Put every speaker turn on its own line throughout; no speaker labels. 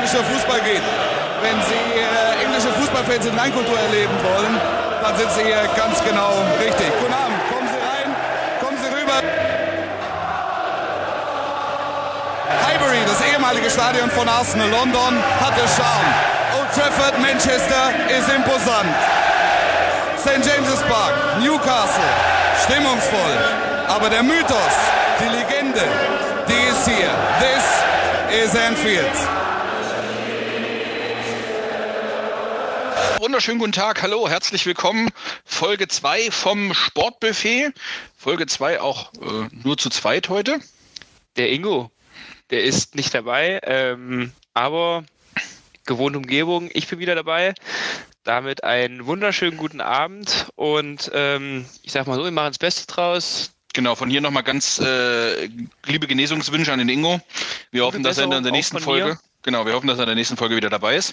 englischer Fußball geht. Wenn Sie englische Fußballfans in Reinkultur erleben wollen, dann sind Sie hier ganz genau richtig. Guten Abend, kommen Sie rein, kommen Sie rüber. Highbury, das ehemalige Stadion von Arsenal London, hatte Charme. Old Trafford, Manchester ist imposant. St. James's Park, Newcastle, stimmungsvoll. Aber der Mythos, die Legende, die ist hier. This is Anfield.
Wunderschönen guten Tag, hallo, herzlich willkommen. Folge 2 vom Sportbuffet. Folge 2 auch nur zu zweit heute.
Der Ingo, der ist nicht dabei, aber gewohnte Umgebung, ich bin wieder dabei. Damit einen wunderschönen guten Abend und ich sag mal so, wir machen das Beste draus.
Genau, von hier nochmal ganz liebe Genesungswünsche an den Ingo. Wir hoffen, dass er in der nächsten Folge, wir hoffen, dass er in der nächsten Folge wieder dabei ist.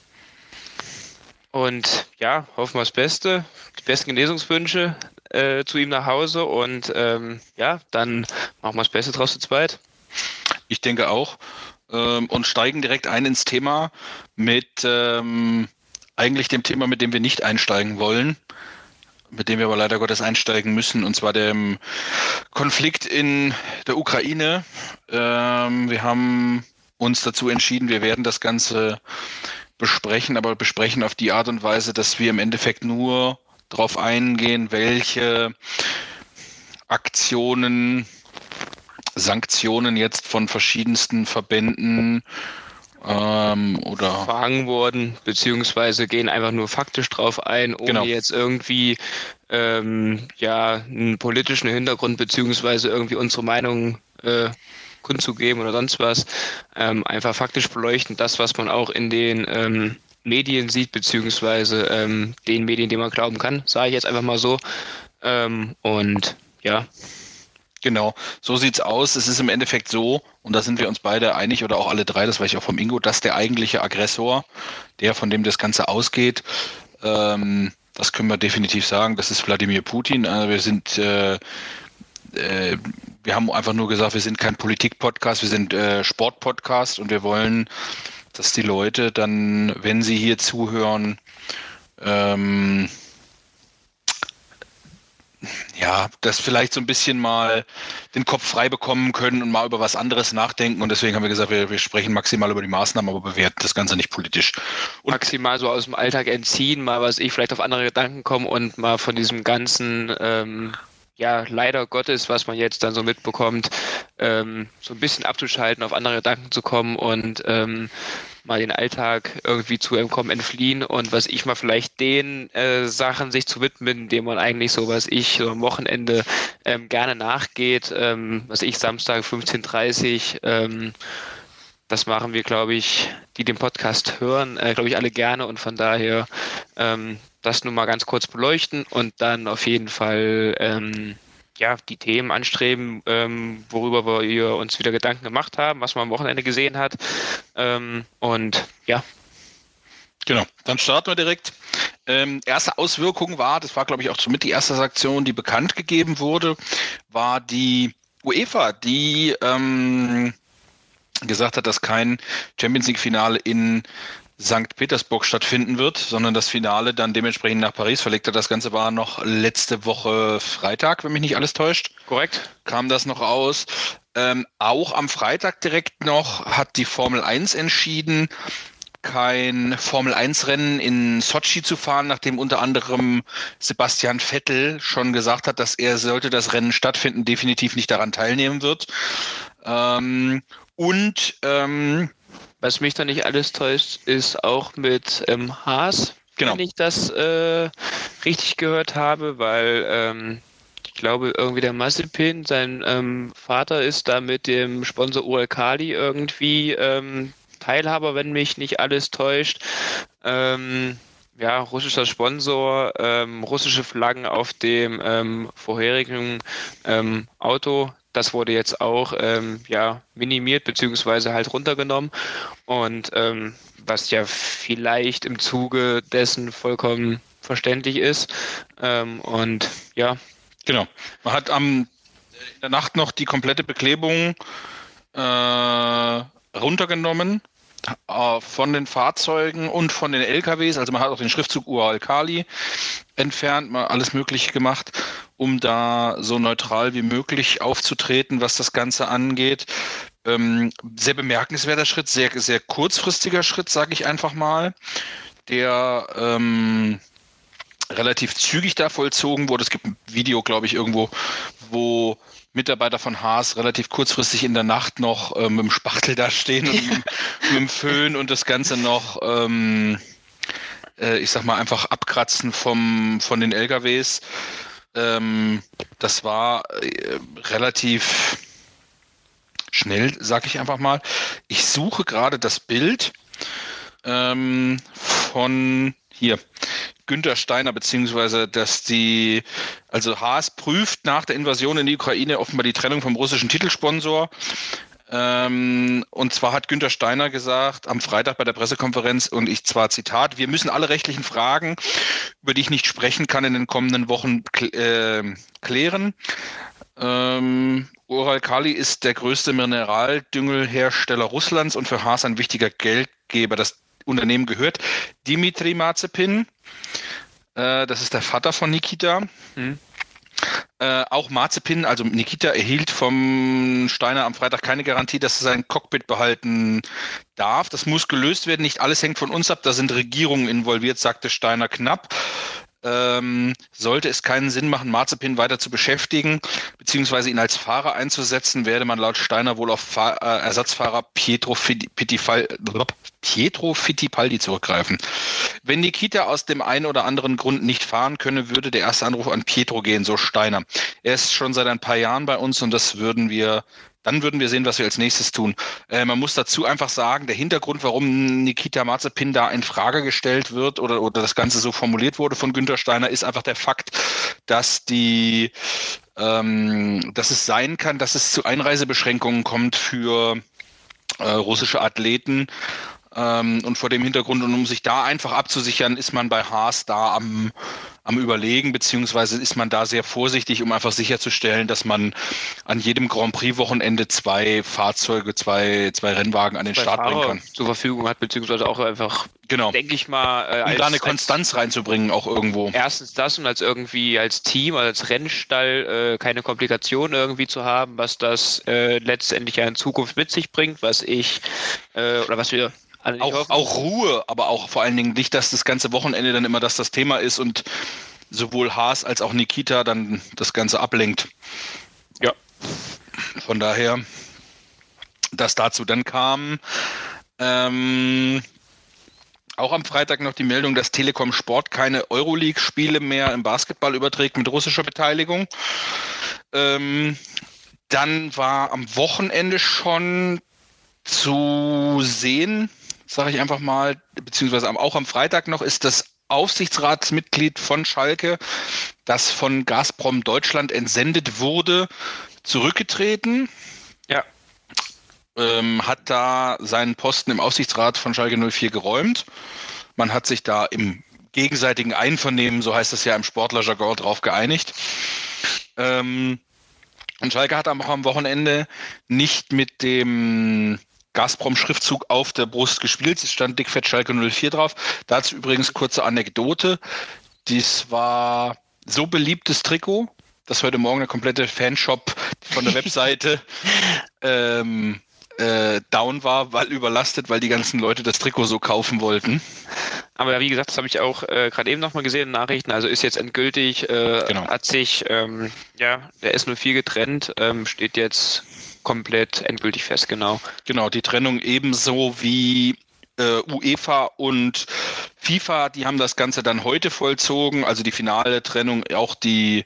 Und ja, hoffen wir das Beste, die besten Genesungswünsche zu ihm nach Hause und ja, dann machen wir das Beste draus zu zweit.
Ich denke auch. Und steigen direkt ein ins Thema mit eigentlich dem Thema, mit dem wir nicht einsteigen wollen, mit dem wir aber leider Gottes einsteigen müssen, und zwar dem Konflikt in der Ukraine. Wir haben uns dazu entschieden, wir werden das Ganze besprechen, aber besprechen auf die Art und Weise, dass wir im Endeffekt nur darauf eingehen, welche Aktionen, Sanktionen jetzt von verschiedensten Verbänden oder
verhangen wurden, beziehungsweise gehen einfach nur faktisch drauf ein, ohne jetzt irgendwie einen politischen Hintergrund, beziehungsweise irgendwie unsere Meinung kundzugeben oder sonst was. Einfach faktisch beleuchten, das, was man auch in den Medien sieht, beziehungsweise den Medien, denen man glauben kann, sage ich jetzt einfach mal so. Und ja.
Genau, so sieht's aus. Es ist im Endeffekt so, und da sind wir uns beide einig, oder auch alle drei, das weiß ich auch vom Ingo, dass der eigentliche Aggressor, der von dem das Ganze ausgeht, das können wir definitiv sagen, das ist Wladimir Putin. Wir haben einfach nur gesagt, wir sind kein Politik-Podcast, wir sind Sport-Podcast, und wir wollen, dass die Leute dann, wenn sie hier zuhören, das vielleicht so ein bisschen mal den Kopf frei bekommen können und mal über was anderes nachdenken. Und deswegen haben wir gesagt, wir sprechen maximal über die Maßnahmen, aber bewerten das Ganze nicht politisch. Und
maximal so aus dem Alltag entziehen, mal vielleicht auf andere Gedanken kommen und mal von diesem ganzen, leider Gottes, was man jetzt dann so mitbekommt, so ein bisschen abzuschalten, auf andere Gedanken zu kommen und mal den Alltag irgendwie zu entfliehen und was ich mal vielleicht den Sachen sich zu widmen, denen man eigentlich so am Wochenende gerne nachgeht, Samstag 15:30 Uhr, das machen wir, glaube ich, die den Podcast hören, glaube ich, alle gerne, und von daher das nur mal ganz kurz beleuchten und dann auf jeden Fall die Themen anstreben, worüber wir uns wieder Gedanken gemacht haben, was man am Wochenende gesehen hat. Und ja.
Genau, dann starten wir direkt. Erste Auswirkung war, das war glaube ich auch somit die erste Sanktion, die bekannt gegeben wurde, war die UEFA, die gesagt hat, dass kein Champions League-Finale in St. Petersburg stattfinden wird, sondern das Finale dann dementsprechend nach Paris verlegt hat. Das Ganze war noch letzte Woche Freitag, wenn mich nicht alles täuscht.
Korrekt.
Kam das noch raus. Auch am Freitag direkt noch hat die Formel 1 entschieden, kein Formel-1-Rennen in Sochi zu fahren, nachdem unter anderem Sebastian Vettel schon gesagt hat, dass er, sollte das Rennen stattfinden, definitiv nicht daran teilnehmen wird.
Was mich da nicht alles täuscht, ist auch mit Haas, wenn ich das richtig gehört habe, weil ich glaube, irgendwie der Mazepin, sein Vater ist da mit dem Sponsor Uralkali irgendwie Teilhaber, wenn mich nicht alles täuscht. Russischer Sponsor, russische Flaggen auf dem vorherigen Auto. Das wurde jetzt auch minimiert beziehungsweise halt runtergenommen, und was ja vielleicht im Zuge dessen vollkommen verständlich ist.
Genau. Man hat in der Nacht noch die komplette Beklebung runtergenommen. von den Fahrzeugen und von den LKWs, also man hat auch den Schriftzug Uralkali entfernt, mal alles Mögliche gemacht, um da so neutral wie möglich aufzutreten, was das Ganze angeht. Sehr bemerkenswerter Schritt, sehr, sehr kurzfristiger Schritt, sage ich einfach mal, der relativ zügig da vollzogen wurde. Es gibt ein Video, glaube ich, irgendwo, wo Mitarbeiter von Haas relativ kurzfristig in der Nacht noch mit dem Spachtel da stehen und mit dem Föhn und das Ganze noch, ich sag mal, einfach abkratzen von den LKWs. Das war relativ schnell, sag ich einfach mal. Ich suche gerade das Bild von hier. Günther Steiner, beziehungsweise also Haas prüft nach der Invasion in die Ukraine offenbar die Trennung vom russischen Titelsponsor. Und zwar hat Günther Steiner gesagt am Freitag bei der Pressekonferenz, und ich zwar Zitat: Wir müssen alle rechtlichen Fragen, über die ich nicht sprechen kann, in den kommenden Wochen klären. Uralkali ist der größte Mineraldüngelhersteller Russlands und für Haas ein wichtiger Geldgeber. Das Unternehmen gehört Dimitri Mazepin. Das ist der Vater von Nikita. Auch Mazepin, also Nikita, erhielt vom Steiner am Freitag keine Garantie, dass er sein Cockpit behalten darf. Das muss gelöst werden. Nicht alles hängt von uns ab. Da sind Regierungen involviert, sagte Steiner knapp. Sollte es keinen Sinn machen, Mazepin weiter zu beschäftigen, beziehungsweise ihn als Fahrer einzusetzen, werde man laut Steiner wohl auf Ersatzfahrer Pietro Fittipaldi zurückgreifen. Wenn Nikita aus dem einen oder anderen Grund nicht fahren könne, würde der erste Anruf an Pietro gehen, so Steiner. Er ist schon seit ein paar Jahren bei uns und dann würden wir sehen, was wir als nächstes tun. Man muss dazu einfach sagen, der Hintergrund, warum Nikita Mazepin da in Frage gestellt wird oder das Ganze so formuliert wurde von Günther Steiner, ist einfach der Fakt, dass es sein kann, dass es zu Einreisebeschränkungen kommt für russische Athleten. Und vor dem Hintergrund, und um sich da einfach abzusichern, ist man bei Haas da am Überlegen, beziehungsweise ist man da sehr vorsichtig, um einfach sicherzustellen, dass man an jedem Grand Prix-Wochenende zwei Fahrzeuge, zwei Rennwagen an den Start bringen kann.
Zur Verfügung hat, beziehungsweise auch einfach,
genau,
denke ich mal,
um da eine Konstanz reinzubringen, auch irgendwo.
Erstens das und als Team, als Rennstall keine Komplikationen irgendwie zu haben, was das letztendlich ja in Zukunft mit sich bringt, was wir
auch Ruhe, aber auch vor allen Dingen nicht, dass das ganze Wochenende dann immer das Thema ist und sowohl Haas als auch Nikita dann das Ganze ablenkt.
Ja.
Von daher, das dazu. Dann kam auch am Freitag noch die Meldung, dass Telekom Sport keine Euroleague-Spiele mehr im Basketball überträgt mit russischer Beteiligung. Dann war am Wochenende schon zu sehen, sage ich einfach mal, beziehungsweise auch am Freitag noch, ist das Aufsichtsratsmitglied von Schalke, das von Gazprom Deutschland entsendet wurde, zurückgetreten.
Ja.
Hat da seinen Posten im Aufsichtsrat von Schalke 04 geräumt. Man hat sich da im gegenseitigen Einvernehmen, so heißt es ja im Sportlerjargon, drauf geeinigt. Und Schalke hat auch am Wochenende nicht mit dem Gazprom-Schriftzug auf der Brust gespielt. Es stand dickfett Schalke 04 drauf. Dazu übrigens kurze Anekdote. Dies war so beliebtes Trikot, dass heute Morgen der komplette Fanshop von der Webseite down war, weil überlastet, weil die ganzen Leute das Trikot so kaufen wollten.
Aber wie gesagt, das habe ich auch gerade eben nochmal gesehen in Nachrichten, also ist jetzt endgültig,
genau.
Hat sich der S04 getrennt, steht jetzt komplett endgültig fest, genau.
Genau, die Trennung ebenso wie UEFA und FIFA, die haben das Ganze dann heute vollzogen, also die finale Trennung, auch die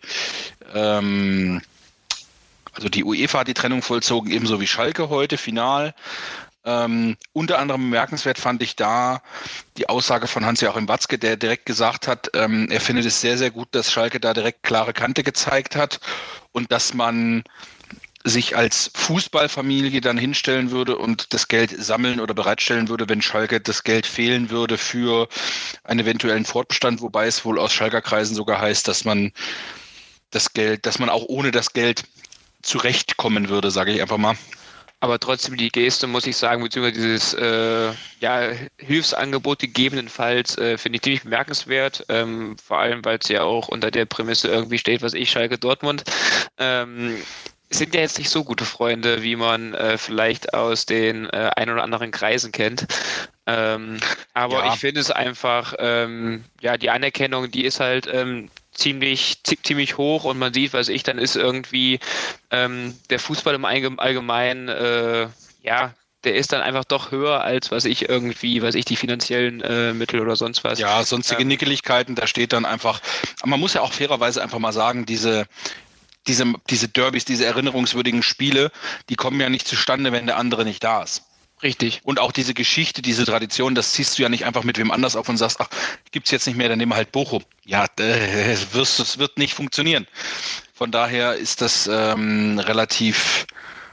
die UEFA hat die Trennung vollzogen, ebenso wie Schalke heute, final. Unter anderem bemerkenswert fand ich da die Aussage von Hans-Joachim Watzke, der direkt gesagt hat, er findet es sehr, sehr gut, dass Schalke da direkt klare Kante gezeigt hat und dass man sich als Fußballfamilie dann hinstellen würde und das Geld sammeln oder bereitstellen würde, wenn Schalke das Geld fehlen würde für einen eventuellen Fortbestand, wobei es wohl aus Schalker Kreisen sogar heißt, dass man auch ohne das Geld zurechtkommen würde, sage ich einfach mal.
Aber trotzdem die Geste, muss ich sagen, beziehungsweise dieses Hilfsangebot gegebenenfalls, finde ich ziemlich bemerkenswert. Vor allem, weil es ja auch unter der Prämisse irgendwie steht, was ich, Schalke Dortmund. Sind ja jetzt nicht so gute Freunde, wie man vielleicht aus den ein oder anderen Kreisen kennt. Aber ich finde es einfach, die Anerkennung, die ist halt ziemlich hoch und man sieht, was ich, dann ist irgendwie der Fußball im Allgemeinen, der ist dann einfach doch höher als die finanziellen Mittel oder sonst was.
Ja, sonstige Nickeligkeiten, da steht dann einfach, man muss ja auch fairerweise einfach mal sagen, diese Derbys, diese erinnerungswürdigen Spiele, die kommen ja nicht zustande, wenn der andere nicht da ist.
Richtig.
Und auch diese Geschichte, diese Tradition, das ziehst du ja nicht einfach mit wem anders auf und sagst, ach, gibt's jetzt nicht mehr, dann nehmen wir halt Bochum. Ja, es wird nicht funktionieren. Von daher ist das relativ,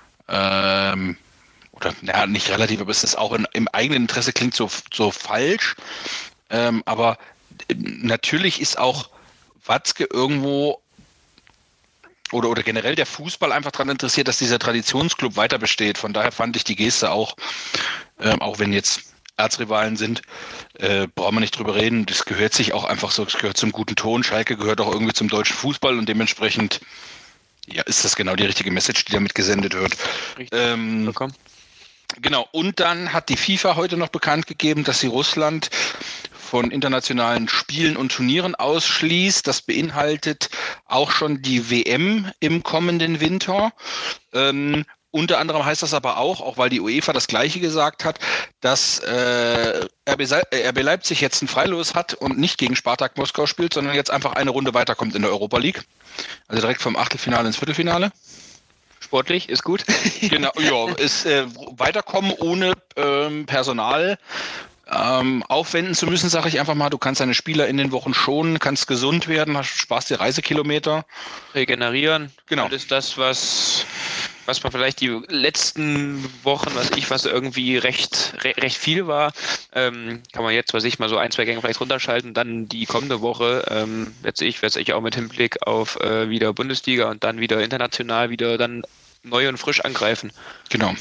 nicht relativ, aber es ist auch im eigenen Interesse, klingt so falsch. Aber natürlich ist auch Watzke irgendwo oder generell der Fußball einfach daran interessiert, dass dieser Traditionsclub weiter besteht. Von daher fand ich die Geste auch wenn jetzt Erzrivalen sind, brauchen wir nicht drüber reden. Das gehört sich auch einfach so, es gehört zum guten Ton. Schalke gehört auch irgendwie zum deutschen Fußball und dementsprechend ist das genau die richtige Message, die damit gesendet wird.
Richtig.
Genau, und dann hat die FIFA heute noch bekannt gegeben, dass sie Russland von internationalen Spielen und Turnieren ausschließt. Das beinhaltet auch schon die WM im kommenden Winter. Unter anderem heißt das aber auch weil die UEFA das Gleiche gesagt hat, dass RB Leipzig jetzt ein Freilos hat und nicht gegen Spartak Moskau spielt, sondern jetzt einfach eine Runde weiterkommt in der Europa League. Also direkt vom Achtelfinale ins Viertelfinale.
Sportlich, ist gut.
Genau, ja, ist weiterkommen ohne Personal aufwenden zu müssen, sage ich einfach mal. Du kannst deine Spieler in den Wochen schonen, kannst gesund werden, sparst dir Reisekilometer.
Regenerieren.
Genau.
Das ist das, was man vielleicht die letzten Wochen, was irgendwie recht viel war, kann man jetzt, mal so 1, 2 Gänge vielleicht runterschalten, dann die kommende Woche, werde ich auch mit Hinblick auf wieder Bundesliga und dann wieder international wieder dann neu und frisch angreifen.
Genau.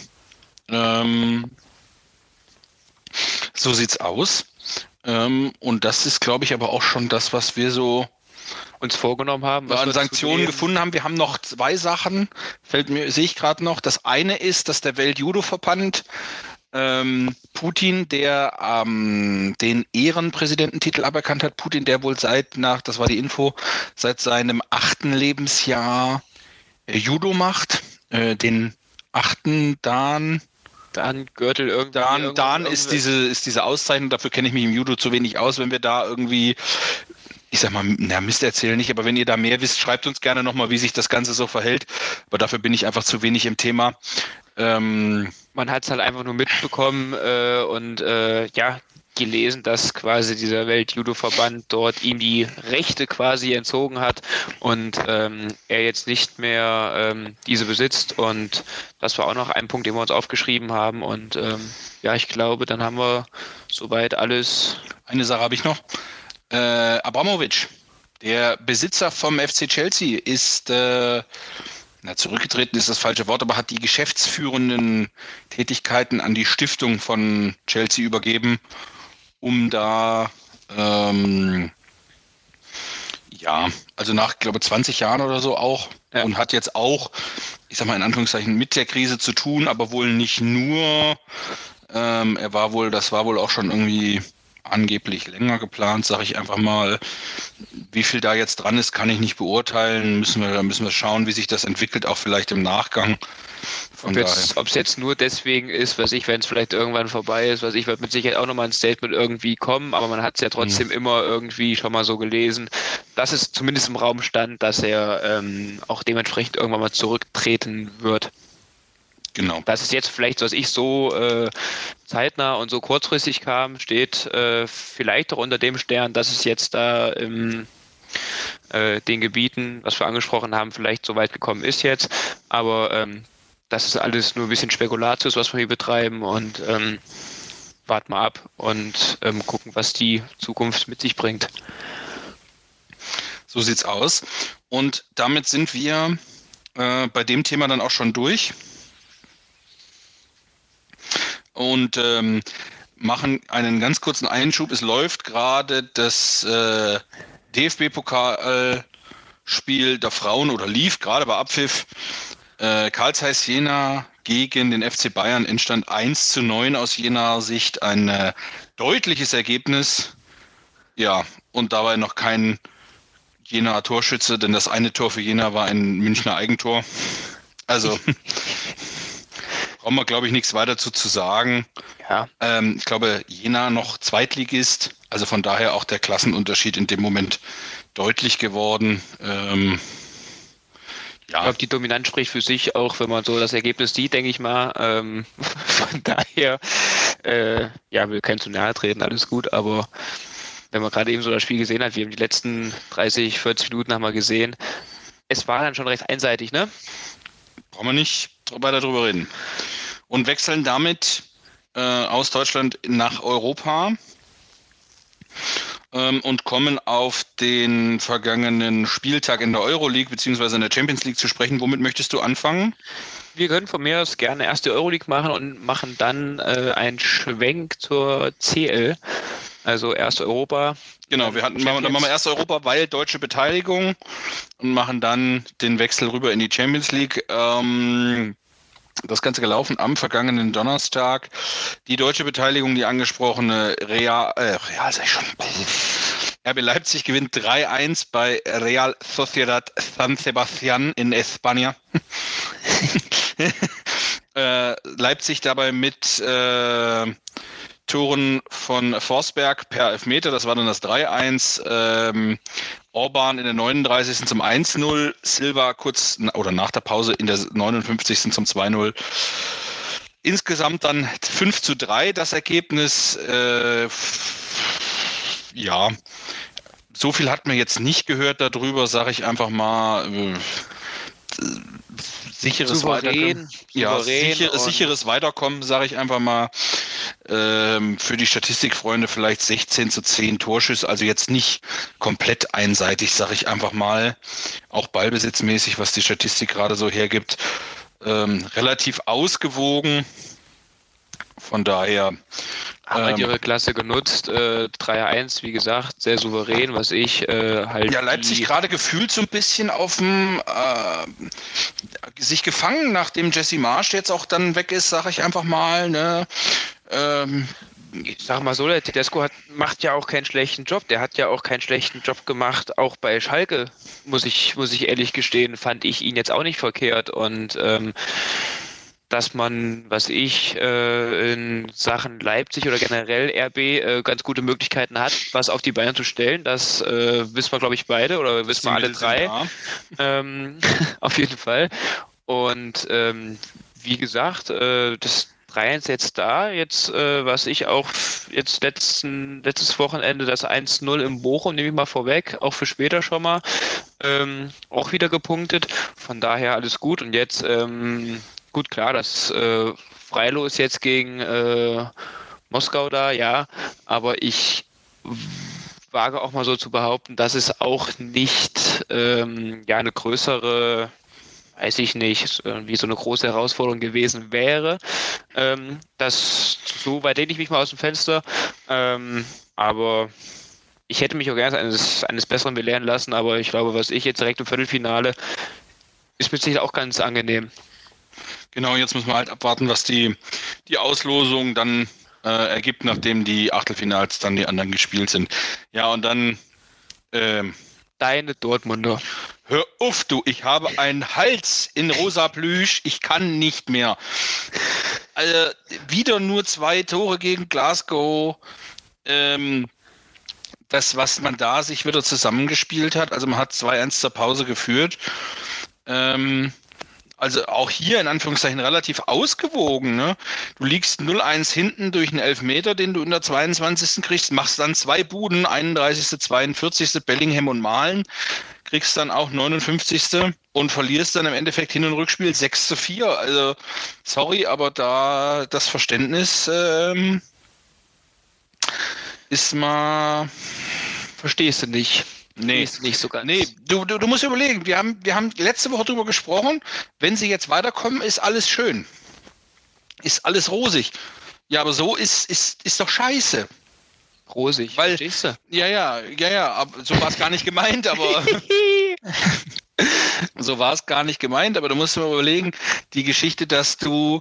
So sieht's aus. Und das ist, glaube ich, aber auch schon das, was wir so
uns vorgenommen haben.
Was wir an Sanktionen gefunden haben. Wir haben noch 2 Sachen, sehe ich gerade noch. Das eine ist, dass der Welt-Judo-Verband Putin, der den Ehrenpräsidententitel aberkannt hat, Putin, der wohl das war die Info, seit seinem 8. Lebensjahr Judo macht, den 8.
Gürtel irgendwie.
Dan ist diese Auszeichnung, dafür kenne ich mich im Judo zu wenig aus, wenn wir da irgendwie, ich sag mal, Mist erzählen nicht, aber wenn ihr da mehr wisst, schreibt uns gerne nochmal, wie sich das Ganze so verhält, aber dafür bin ich einfach zu wenig im Thema.
Man hat es halt einfach nur mitbekommen und gelesen, dass quasi dieser Welt-Judo-Verband dort ihm die Rechte quasi entzogen hat und er jetzt nicht mehr diese besitzt, und das war auch noch ein Punkt, den wir uns aufgeschrieben haben, und ich glaube, dann haben wir soweit alles.
Eine Sache habe ich noch. Abramovich, der Besitzer vom FC Chelsea, ist zurückgetreten ist das falsche Wort, aber hat die geschäftsführenden Tätigkeiten an die Stiftung von Chelsea übergeben, um da also nach, glaube 20 Jahren oder so auch, und hat jetzt auch, ich sag mal in Anführungszeichen, mit der Krise zu tun, aber wohl nicht nur. Das war wohl auch schon irgendwie angeblich länger geplant, sage ich einfach mal. Wie viel da jetzt dran ist, kann ich nicht beurteilen. Müssen wir schauen, wie sich das entwickelt, auch vielleicht im Nachgang.
Ob es jetzt nur deswegen ist, wenn es vielleicht irgendwann vorbei ist, wird mit Sicherheit auch nochmal ein Statement irgendwie kommen, aber man hat es ja trotzdem immer irgendwie schon mal so gelesen, dass es zumindest im Raum stand, dass er auch dementsprechend irgendwann mal zurücktreten wird.
Genau.
Dass es jetzt vielleicht, so zeitnah und so kurzfristig kam, steht vielleicht auch unter dem Stern, dass es jetzt da in den Gebieten, was wir angesprochen haben, vielleicht so weit gekommen ist jetzt. Aber das ist alles nur ein bisschen Spekulatius, was wir hier betreiben, und warten mal ab und gucken, was die Zukunft mit sich bringt.
So sieht's aus. Und damit sind wir bei dem Thema dann auch schon durch. und machen einen ganz kurzen Einschub. Es läuft gerade das DFB-Pokalspiel der Frauen oder lief gerade bei Abpfiff. Carl Zeiss Jena gegen den FC Bayern, Endstand 1:9 aus Jenaer Sicht. Ein deutliches Ergebnis. Ja, und dabei noch kein Jenaer Torschütze, denn das eine Tor für Jena war ein Münchner Eigentor. Also brauchen wir, glaube ich, nichts weiter zu sagen.
Ja.
Ich glaube, Jena noch Zweitligist, also von daher auch der Klassenunterschied in dem Moment deutlich geworden.
Ich glaube, die Dominanz spricht für sich, auch wenn man so das Ergebnis sieht, denke ich mal. Von daher, will keinem zu nahe treten, alles gut, aber wenn man gerade eben so das Spiel gesehen hat, wir haben die letzten 30, 40 Minuten haben wir gesehen, es war dann schon recht einseitig, ne?
Brauchen wir nicht weiter drüber reden. Und wechseln damit aus Deutschland nach Europa und kommen auf den vergangenen Spieltag in der Euroleague bzw. in der Champions League zu sprechen. Womit möchtest du anfangen?
Wir können von mir aus gerne erst die Euroleague machen und machen dann einen Schwenk zur CL, also erst Europa.
Genau, dann machen wir erst Europa, weil deutsche Beteiligung und machen dann den Wechsel rüber in die Champions League. Das Ganze gelaufen am vergangenen Donnerstag. Die deutsche Beteiligung, die angesprochene RB Leipzig gewinnt 3:1 bei Real Sociedad San Sebastián in España. Leipzig dabei mit Toren von Forsberg per Elfmeter, das war dann das 3:1. Orban in der 39. zum 1:0, Silva kurz oder nach der Pause in der 59. zum 2:0. Insgesamt dann 5:3 das Ergebnis. So viel hat man jetzt nicht gehört darüber, sage ich einfach mal. Sicheres Weiterkommen. Ja, sicheres Weiterkommen, sage ich einfach mal. Für die Statistikfreunde vielleicht 16:10 Torschüsse, also jetzt nicht komplett einseitig, sage ich einfach mal. Auch ballbesitzmäßig, was die Statistik gerade so hergibt. Relativ ausgewogen. Von daher
haben ihre Klasse genutzt, 3:1, wie gesagt, sehr souverän, was ich halt...
Ja, Leipzig gerade gefühlt so ein bisschen auf dem sich gefangen, nachdem Jesse Marsch jetzt auch dann weg ist, sage ich einfach mal, ne?
Ich sag mal so, der Tedesco macht ja auch keinen schlechten Job. Der hat ja auch keinen schlechten Job gemacht. Auch bei Schalke, muss ich ehrlich gestehen, fand ich ihn jetzt auch nicht verkehrt. Und dass man, in Sachen Leipzig oder generell RB ganz gute Möglichkeiten hat, was auf die Bayern zu stellen, das wissen wir, glaube ich, beide oder wissen wir alle drei. Auf jeden Fall. Und wie gesagt, das 3:1 jetzt da, jetzt was ich auch jetzt letztes Wochenende das 1:0 in Bochum, nehme ich mal vorweg, auch für später schon mal, auch wieder gepunktet, von daher alles gut und jetzt, gut klar, das Freilos jetzt gegen Moskau da, ja, aber ich wage auch mal so zu behaupten, dass es auch nicht eine größere, weiß ich nicht, wie so eine große Herausforderung gewesen wäre. So weit lehne ich mich mal aus dem Fenster. Aber ich hätte mich auch gerne eines Besseren belehren lassen, aber ich glaube, was ich jetzt direkt im Viertelfinale, ist mit Sicherheit auch ganz angenehm.
Genau, jetzt müssen wir halt abwarten, was die Auslosung dann ergibt, nachdem die Achtelfinals dann die anderen gespielt sind. Ja, und dann
deine Dortmunder.
Hör auf, du, ich habe einen Hals in rosa Plüsch, ich kann nicht mehr. Also, wieder nur 2 Tore gegen Glasgow. Das, was man da sich wieder zusammengespielt hat, also man hat 2:1 zur Pause geführt. Also auch hier in Anführungszeichen relativ ausgewogen. Ne? Du liegst 0:1 hinten durch einen Elfmeter, den du in der 22. kriegst, machst dann 2 Buden, 31., 42., Bellingham und Malen, kriegst dann auch 59. und verlierst dann im Endeffekt Hin- und Rückspiel 6:4. Also sorry, aber da das Verständnis ist mal...
Verstehst du nicht.
Nee,
nicht so ganz.
Nee, du musst überlegen, wir haben letzte Woche drüber gesprochen, wenn sie jetzt weiterkommen, ist alles schön. Ist alles rosig. Ja, aber so ist doch scheiße.
Rosig,
Weil,
verstehst du?
ja, aber so war es gar nicht gemeint, aber so war es gar nicht gemeint, aber du musst dir mal überlegen, die Geschichte, dass du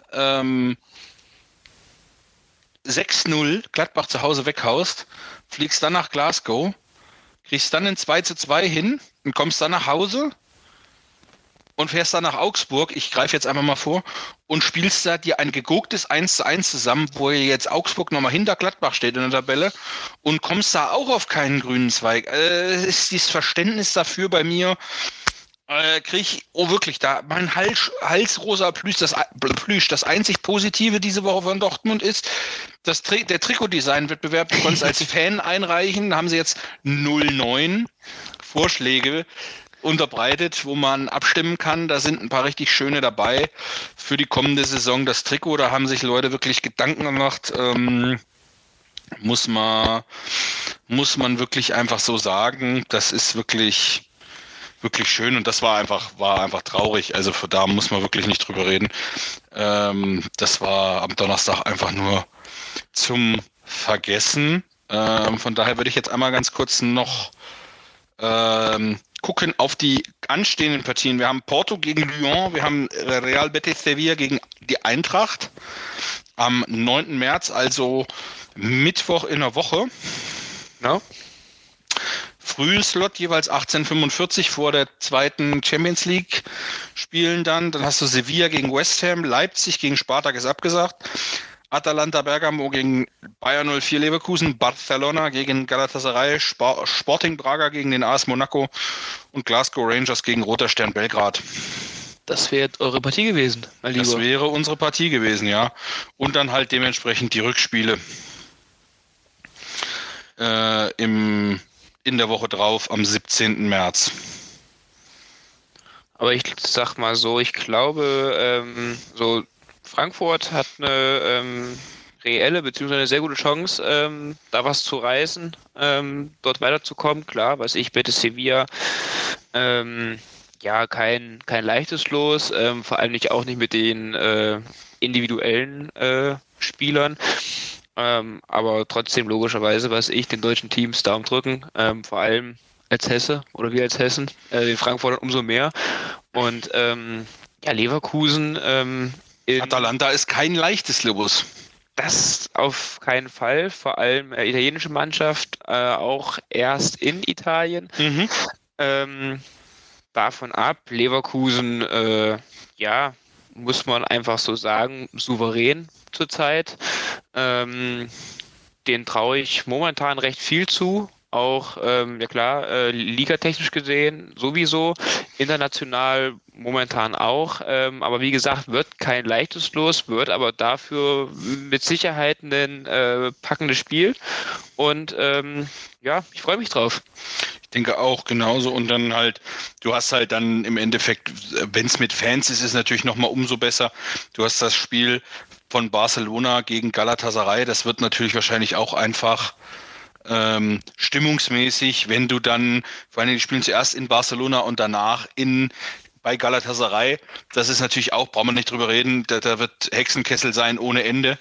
6-0 Gladbach zu Hause weghaust, fliegst dann nach Glasgow, kriegst dann ein 2:2 hin und kommst dann nach Hause und fährst dann nach Augsburg, ich greife jetzt einfach mal vor, und spielst da dir ein gegucktes 1:1 zusammen, wo jetzt Augsburg nochmal hinter Gladbach steht in der Tabelle und kommst da auch auf keinen grünen Zweig. Ist dieses Verständnis dafür bei mir, kriege ich, wirklich, da mein halsrosa Plüsch, das einzig Positive diese Woche von Dortmund ist, der Trikotdesign-Wettbewerb, du konntest als Fan einreichen, da haben sie jetzt 09 Vorschläge unterbreitet, wo man abstimmen kann. Da sind ein paar richtig schöne dabei für die kommende Saison. Das Trikot, da haben sich Leute wirklich Gedanken gemacht. Muss man wirklich einfach so sagen. Das ist wirklich, wirklich schön und das war einfach traurig. Also da muss man wirklich nicht drüber reden. Das war am Donnerstag einfach nur zum Vergessen. Von daher würde ich jetzt einmal ganz kurz noch gucken auf die anstehenden Partien. Wir haben Porto gegen Lyon, wir haben Real Betis Sevilla gegen die Eintracht am 9. März, also Mittwoch in der Woche.
No?
Frühslot jeweils 18:45 vor der zweiten Champions League spielen dann. Dann hast du Sevilla gegen West Ham, Leipzig gegen Spartak ist abgesagt. Atalanta Bergamo gegen Bayer 04 Leverkusen, Barcelona gegen Galatasaray, Sporting Braga gegen den AS Monaco und Glasgow Rangers gegen Roter Stern Belgrad.
Das wäre eure Partie gewesen, mein Lieber.
Das wäre unsere Partie gewesen, ja. Und dann halt dementsprechend die Rückspiele in der Woche drauf am 17. März.
Aber ich sag mal so, ich glaube, so Frankfurt hat eine reelle bzw. eine sehr gute Chance, da was zu reißen, dort weiterzukommen. Klar, weiß ich, Betis Sevilla, ja, kein leichtes Los, vor allem auch nicht mit den individuellen Spielern. Aber trotzdem logischerweise, was ich den deutschen Teams Daumen drücken, vor allem als Hesse oder wir als Hessen, den Frankfurtern umso mehr. Und ja, Leverkusen
Atalanta ist kein leichtes Los.
Das auf keinen Fall, vor allem italienische Mannschaft, auch erst in Italien. Davon ab, Leverkusen, ja, muss man einfach so sagen, souverän zurzeit. Den traue ich momentan recht viel zu. Auch, ja klar, ligatechnisch gesehen sowieso, international momentan auch. Aber wie gesagt, wird kein leichtes Los, wird aber dafür mit Sicherheit ein packendes Spiel. Und ja, ich freue mich drauf.
Ich denke auch genauso. Und dann halt, du hast halt dann im Endeffekt, wenn es mit Fans ist, ist es natürlich nochmal umso besser. Du hast das Spiel von Barcelona gegen Galatasaray. Das wird natürlich wahrscheinlich auch einfach stimmungsmäßig, wenn du dann, vor allem die spielen zuerst in Barcelona und danach bei Galatasaray, das ist natürlich auch, brauchen wir nicht drüber reden, da wird Hexenkessel sein ohne Ende.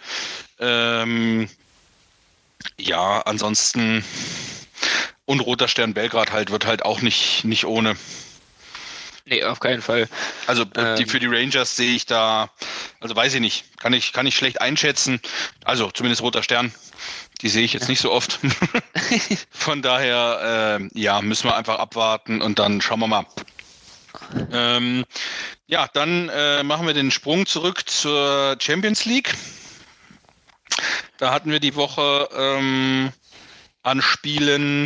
Ja, ansonsten und Roter Stern Belgrad halt wird halt auch nicht ohne.
Nee, auf keinen Fall.
Also für die Rangers sehe ich da, also weiß ich nicht, kann ich schlecht einschätzen. Also zumindest Roter Stern, die sehe ich jetzt nicht so oft. Von daher, ja, müssen wir einfach abwarten und dann schauen wir mal. Ja, dann machen wir den Sprung zurück zur Champions League. Da hatten wir die Woche an Spielen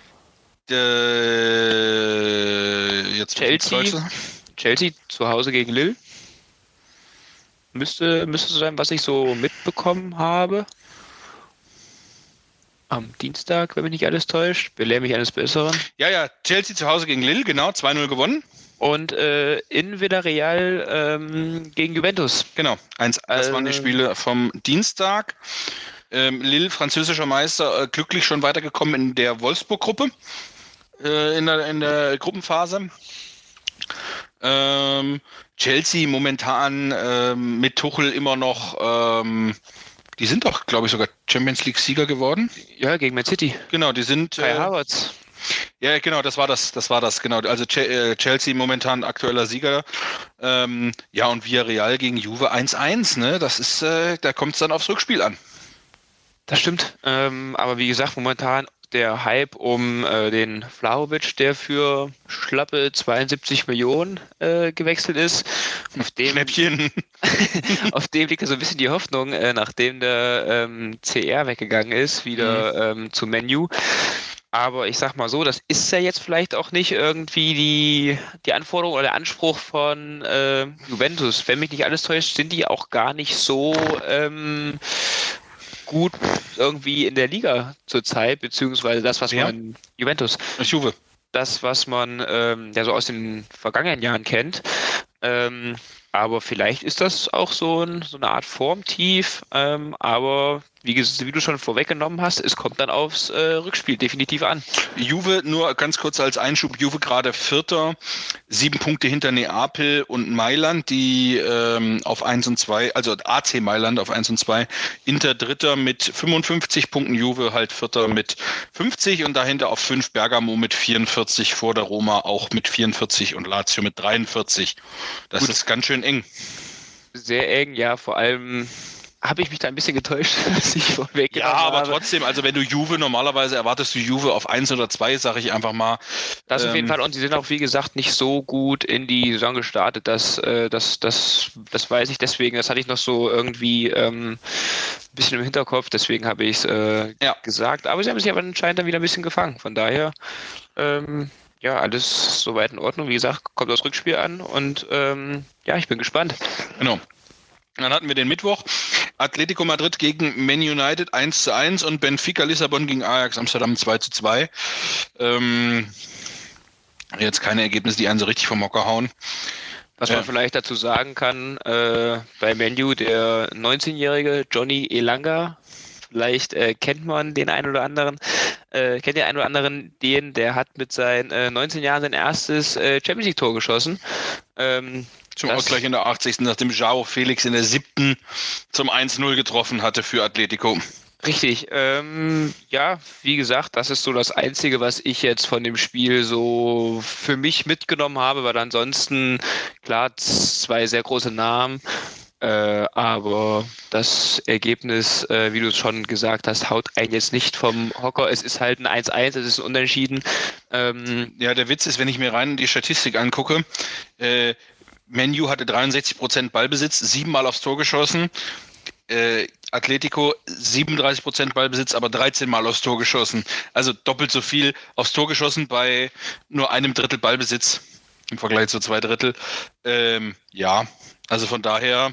jetzt
Chelsea zu Hause gegen Lille. Müsste so sein, was ich so mitbekommen habe. Am Dienstag, wenn mich nicht alles täuscht. Belehre mich eines Besseren.
Ja, Chelsea zu Hause gegen Lille, genau, 2-0 gewonnen.
Und in Villarreal gegen Juventus.
Genau, das waren die Spiele vom Dienstag. Lille, französischer Meister, glücklich schon weitergekommen in der Wolfsburg-Gruppe, in der Gruppenphase. Chelsea momentan mit Tuchel immer noch Die sind doch, glaube ich, sogar Champions League-Sieger geworden.
Ja, gegen Man City.
Genau, die sind.
Kai Havertz.
Ja, genau, das war das, genau. Also Chelsea momentan aktueller Sieger. Ja, und Villarreal gegen Juve 1-1, ne? Das ist, da kommt es dann aufs Rückspiel an.
Das stimmt. Aber wie gesagt, momentan der Hype um den Vlahovic, der für schlappe 72 Millionen gewechselt ist. Auf dem,
Schnäppchen.
auf dem liegt ja so ein bisschen die Hoffnung, nachdem der CR weggegangen ist, wieder zu Man U. Aber ich sag mal so, das ist ja jetzt vielleicht auch nicht irgendwie die Anforderung oder der Anspruch von Juventus. Wenn mich nicht alles täuscht, sind die auch gar nicht so gut irgendwie in der Liga zurzeit, beziehungsweise das, was man Juventus.
Juve.
Das, was man ja so aus den vergangenen Jahren kennt. Aber vielleicht ist das auch so eine Art Formtief. Aber wie du schon vorweggenommen hast, es kommt dann aufs Rückspiel definitiv an.
Juve, nur ganz kurz als Einschub, Juve gerade Vierter, 7 Punkte hinter Neapel und Mailand, die auf 1 und 2, also AC Mailand auf 1 und 2, Inter Dritter mit 55 Punkten, Juve halt Vierter mit 50 und dahinter auf 5 Bergamo mit 44, vor der Roma auch mit 44 und Lazio mit 43. Das ist ganz schön eng.
Sehr eng, ja, vor allem habe ich mich da ein bisschen getäuscht, was ich vorweggenommen habe.
Ja, aber trotzdem, also wenn du Juve, normalerweise erwartest du Juve auf 1 oder 2, sage ich einfach mal.
Das auf jeden Fall, und sie sind auch, wie gesagt, nicht so gut in die Saison gestartet, das weiß ich, deswegen, das hatte ich noch so irgendwie ein bisschen im Hinterkopf, deswegen habe ich es gesagt, aber sie haben sich aber anscheinend dann wieder ein bisschen gefangen, von daher ja, alles soweit in Ordnung. Wie gesagt, kommt das Rückspiel an und ja, ich bin gespannt.
Genau. Dann hatten wir den Mittwoch. Atletico Madrid gegen Man United 1-1 und Benfica Lissabon gegen Ajax Amsterdam 2-2. Jetzt keine Ergebnisse, die einen so richtig vom Hocker hauen.
Was man vielleicht dazu sagen kann, bei Man U, der 19-jährige Johnny Elanga, vielleicht kennt man den einen oder anderen, der hat mit seinen 19 Jahren sein erstes Champions League Tor geschossen.
Zum Ausgleich in der 80. nachdem João Felix in der 7. zum 1-0 getroffen hatte für Atletico.
Richtig. Ja, wie gesagt, das ist so das Einzige, was ich jetzt von dem Spiel so für mich mitgenommen habe, weil ansonsten, klar, 2 sehr große Namen, aber das Ergebnis, wie du es schon gesagt hast, haut einen jetzt nicht vom Hocker. Es ist halt ein 1-1, es ist ein Unentschieden.
Ja, der Witz ist, wenn ich mir rein die Statistik angucke, Man U hatte 63% Ballbesitz, 7-mal aufs Tor geschossen. Atletico 37% Ballbesitz, aber 13-mal aufs Tor geschossen. Also doppelt so viel aufs Tor geschossen bei nur einem Drittel Ballbesitz im Vergleich zu 2 Drittel. Ja, also von daher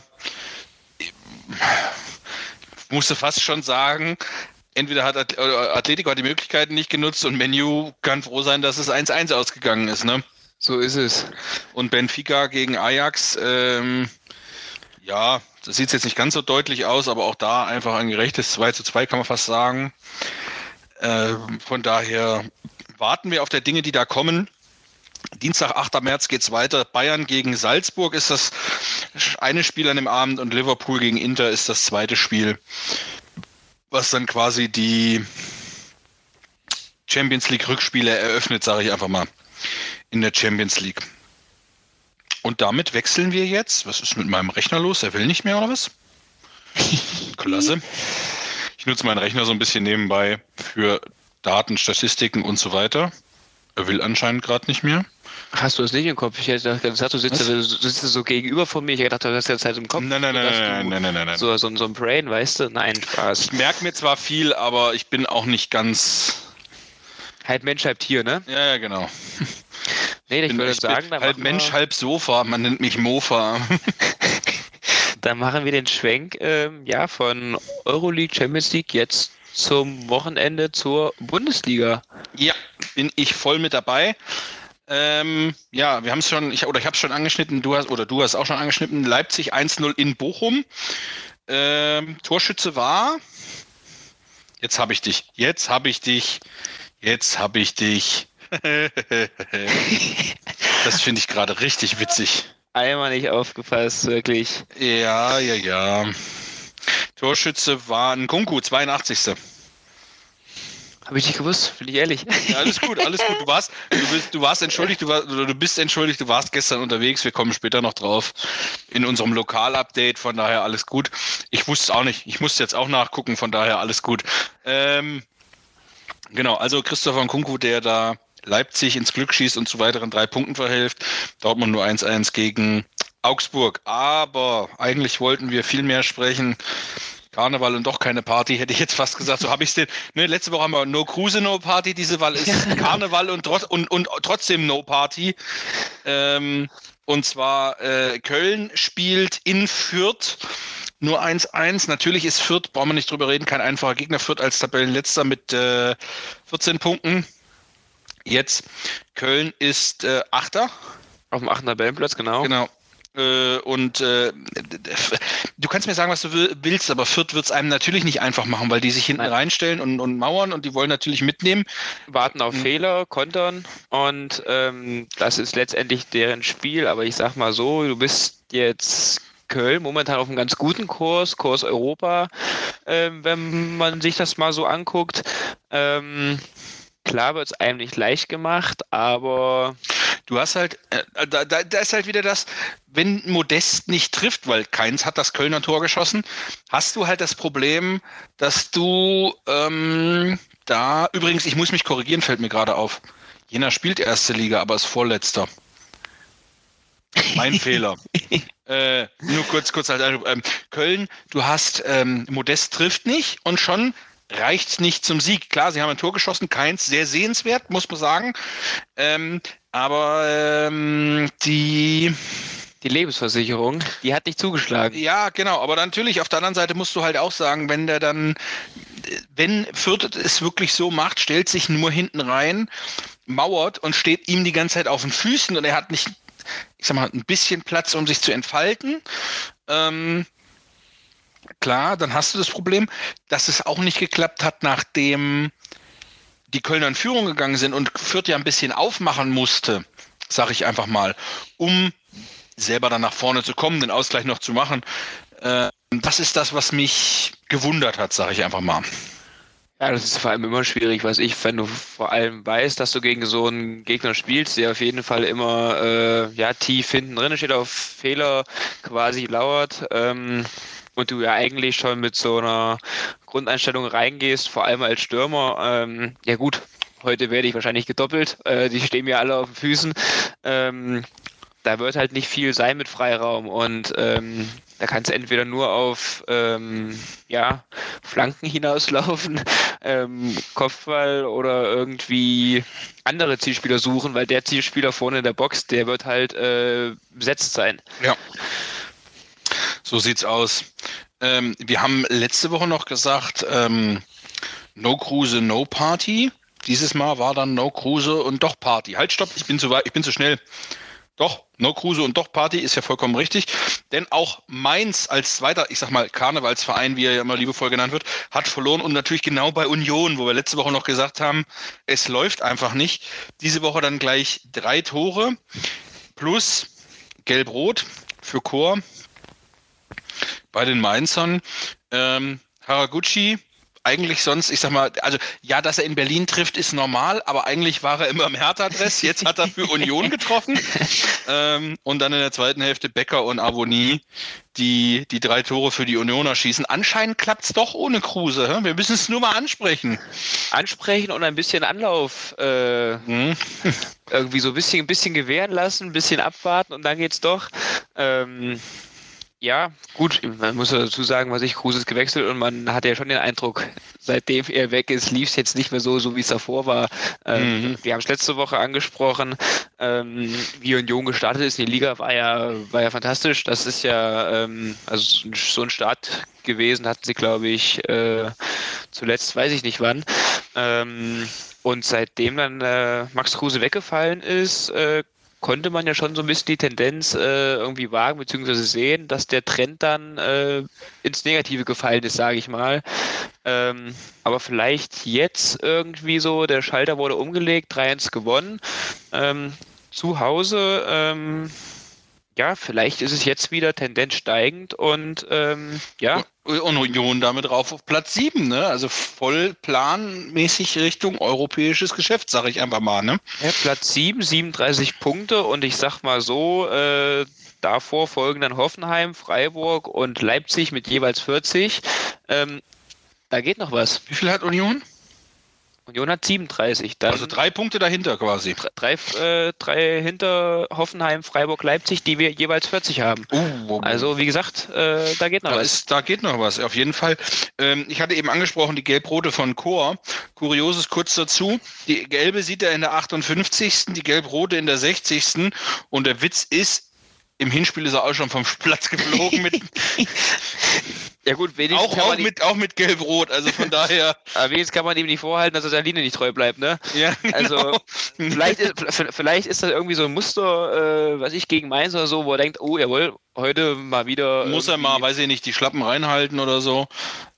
musste fast schon sagen, entweder hat Atletico hat die Möglichkeiten nicht genutzt und Man U kann froh sein, dass es 1-1 ausgegangen ist, ne?
So ist es.
Und Benfica gegen Ajax, ja, das sieht jetzt nicht ganz so deutlich aus, aber auch da einfach ein gerechtes 2-2 kann man fast sagen. Von daher warten wir auf der Dinge, die da kommen. Dienstag, 8. März geht's weiter. Bayern gegen Salzburg ist das eine Spiel an dem Abend und Liverpool gegen Inter ist das zweite Spiel, was dann quasi die Champions League Rückspiele eröffnet, sage ich einfach mal, in der Champions League. Und damit wechseln wir jetzt. Was ist mit meinem Rechner los? Er will nicht mehr, oder was? Klasse. Ich nutze meinen Rechner so ein bisschen nebenbei für Daten, Statistiken und so weiter. Er will anscheinend gerade nicht mehr.
Hast du das nicht im Kopf? Ich hätte gedacht, du sitzt so gegenüber von mir. Ich hätte gedacht, du hast ja Zeit im Kopf.
Nein.
So ein Brain, weißt du? Nein, Spaß.
Ich merke mir zwar viel, aber ich bin auch nicht ganz...
Halb Mensch, halb Tier, ne?
Ja, genau.
Nee, ich würde sagen...
Halb Mensch, halb Sofa. Man nennt mich Mofa.
Dann machen wir den Schwenk von Euroleague, Champions League jetzt zum Wochenende zur Bundesliga.
Ja, bin ich voll mit dabei. Ja, wir haben es schon, ich habe es schon angeschnitten, du hast auch schon angeschnitten, Leipzig 1-0 in Bochum. Torschütze war, jetzt habe ich dich. Das finde ich gerade richtig witzig.
Einmal nicht aufgepasst, wirklich.
Ja. Torschütze war Nkunku, 82.
Habe ich nicht gewusst, bin ich ehrlich.
Ja, alles gut. Du warst entschuldigt, du bist entschuldigt, du warst gestern unterwegs, wir kommen später noch drauf in unserem Lokal-Update, von daher alles gut. Ich wusste es auch nicht, ich musste jetzt auch nachgucken, von daher alles gut. Genau, also Christopher Nkunku, der da Leipzig ins Glück schießt und zu weiteren 3 Punkten verhilft. Dortmund nur 1-1 gegen Augsburg. Aber eigentlich wollten wir viel mehr sprechen. Karneval und doch keine Party, hätte ich jetzt fast gesagt. So habe ich es denn. Ne, letzte Woche haben wir No Kruse, No Party. Diese Wahl ist Karneval und trotzdem No Party. Und zwar Köln spielt in Fürth. Nur 1-1. Natürlich ist Fürth, brauchen wir nicht drüber reden, kein einfacher Gegner. Fürth als Tabellenletzter mit 14 Punkten. Jetzt Köln ist Achter.
Auf dem 8. Tabellenplatz, genau.
Genau. Und du kannst mir sagen, was du willst, aber Fürth wird es einem natürlich nicht einfach machen, weil die sich hinten reinstellen und mauern und die wollen natürlich mitnehmen.
Warten auf Fehler, kontern und das ist letztendlich deren Spiel, aber ich sag mal so, du bist jetzt Köln momentan auf einem ganz guten Kurs Europa, wenn man sich das mal so anguckt. Klar wird es einem nicht leicht gemacht, aber
du hast halt, da ist halt wieder das, wenn Modest nicht trifft, weil keins hat das Kölner Tor geschossen, hast du halt das Problem, dass du da, übrigens, ich muss mich korrigieren, fällt mir gerade auf. Jena spielt erste Liga, aber ist Vorletzter. Mein Fehler. Nur kurz halt, Köln, du hast, Modest trifft nicht und schon reicht nicht zum Sieg. Klar, sie haben ein Tor geschossen, keins, sehr sehenswert, muss man sagen. Aber die
Lebensversicherung, die hat nicht zugeschlagen.
Ja, genau, aber natürlich auf der anderen Seite musst du halt auch sagen, wenn Fürth es wirklich so macht, stellt sich nur hinten rein, mauert und steht ihm die ganze Zeit auf den Füßen und er hat nicht, ich sag mal, ein bisschen Platz, um sich zu entfalten. Klar, dann hast du das Problem, dass es auch nicht geklappt hat, nachdem die Kölner in Führung gegangen sind und Fürth ja ein bisschen aufmachen musste, sage ich einfach mal, um selber dann nach vorne zu kommen, den Ausgleich noch zu machen. Das ist das, was mich gewundert hat, sage ich einfach mal.
Ja, das ist vor allem immer schwierig, wenn du vor allem weißt, dass du gegen so einen Gegner spielst, der auf jeden Fall immer tief hinten drin steht, auf Fehler quasi lauert, und du ja eigentlich schon mit so einer Grundeinstellung reingehst, vor allem als Stürmer. Ja gut, heute werde ich wahrscheinlich gedoppelt, die stehen mir alle auf den Füßen. Da wird halt nicht viel sein mit Freiraum und da kannst du entweder nur auf Flanken hinauslaufen, Kopfball oder irgendwie andere Zielspieler suchen, weil der Zielspieler vorne in der Box, der wird halt besetzt sein.
Ja. So sieht's aus. Wir haben letzte Woche noch gesagt, No Kruse, No Party. Dieses Mal war dann No Kruse und doch Party. Halt, stopp, ich bin zu schnell. Doch, No Kruse und doch Party ist ja vollkommen richtig. Denn auch Mainz als zweiter, ich sag mal, Karnevalsverein, wie er ja immer liebevoll genannt wird, hat verloren und natürlich genau bei Union, wo wir letzte Woche noch gesagt haben, es läuft einfach nicht. Diese Woche dann gleich 3 Tore plus Gelb-Rot für Chor bei den Mainzern. Haraguchi, eigentlich sonst, ich sag mal, also ja, dass er in Berlin trifft, ist normal, aber eigentlich war er immer im Hertha-Dress. Jetzt hat er für Union getroffen. Und dann in der zweiten Hälfte Becker und Avoni, die 3 Tore für die Unioner schießen. Anscheinend klappt es doch ohne Kruse. Wir müssen es nur mal ansprechen.
Ansprechen und ein bisschen Anlauf irgendwie so ein bisschen gewähren lassen, ein bisschen abwarten und dann geht's doch. Ja, gut, man muss dazu sagen, Kruse ist gewechselt und man hat ja schon den Eindruck, seitdem er weg ist, lief es jetzt nicht mehr so, wie es davor war. Wir haben es letzte Woche angesprochen, wie Union gestartet ist in die Liga, war ja fantastisch. Das ist ja also so ein Start gewesen, hatten sie, glaube ich, zuletzt, weiß ich nicht wann. Und seitdem dann Max Kruse weggefallen ist, konnte man ja schon so ein bisschen die Tendenz irgendwie wagen, beziehungsweise sehen, dass der Trend dann ins Negative gefallen ist, sage ich mal. Aber vielleicht jetzt irgendwie so, der Schalter wurde umgelegt, 3-1 gewonnen. Zu Hause, ja, vielleicht ist es jetzt wieder Tendenz steigend und ja.
Und Union damit rauf auf Platz 7, ne? Also voll planmäßig Richtung europäisches Geschäft, sage ich einfach mal, ne?
Ja, Platz 7, 37 Punkte und ich sag mal so, davor folgen dann Hoffenheim, Freiburg und Leipzig mit jeweils 40. Da geht noch was.
Wie viel hat Union?
Union hat 37. Dann
Also 3 Punkte dahinter quasi.
drei hinter Hoffenheim, Freiburg, Leipzig, die wir jeweils 40 haben. Also wie gesagt, da geht noch was.
Da geht noch was, auf jeden Fall. Ich hatte eben angesprochen, die Gelb-Rote von Chor. Kurioses kurz dazu. Die Gelbe sieht er in der 58., die Gelb-Rote in der 60. Und der Witz ist, im Hinspiel ist er auch schon vom Platz geflogen mit...
Ja gut, wenigstens
auch mit Gelb-Rot, also von daher...
Aber wenigstens kann man ihm nicht vorhalten, dass er seiner Linie nicht treu bleibt, ne?
Ja, genau.
Also vielleicht ist das irgendwie so ein Muster, was ich gegen Mainz oder so, wo er denkt, oh jawohl, heute mal wieder...
Muss er mal, weiß ich nicht, die Schlappen reinhalten oder so.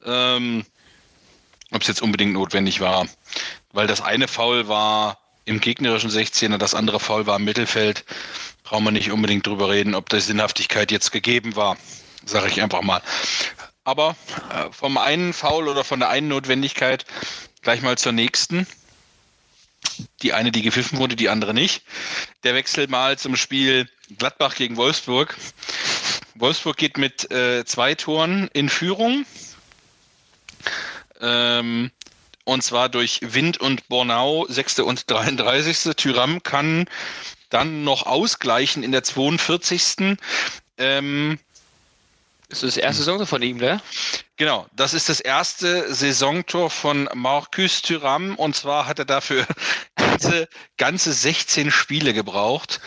Ob es jetzt unbedingt notwendig war. Weil das eine Foul war im gegnerischen 16er, das andere Foul war im Mittelfeld. Brauchen wir nicht unbedingt drüber reden, ob die Sinnhaftigkeit jetzt gegeben war. Sage ich einfach mal. Aber vom einen Foul oder von der einen Notwendigkeit gleich mal zur nächsten. Die eine, die gepfiffen wurde, die andere nicht. Der Wechsel mal zum Spiel Gladbach gegen Wolfsburg. Wolfsburg geht mit 2 Toren in Führung. Und zwar durch Wind und Bornau, 6. und 33. Thuram kann dann noch ausgleichen in der 42.
Das ist das erste Saisontor von ihm, ne?
Genau, das ist das erste Saisontor von Marcus Thuram und zwar hat er dafür ganze 16 Spiele gebraucht.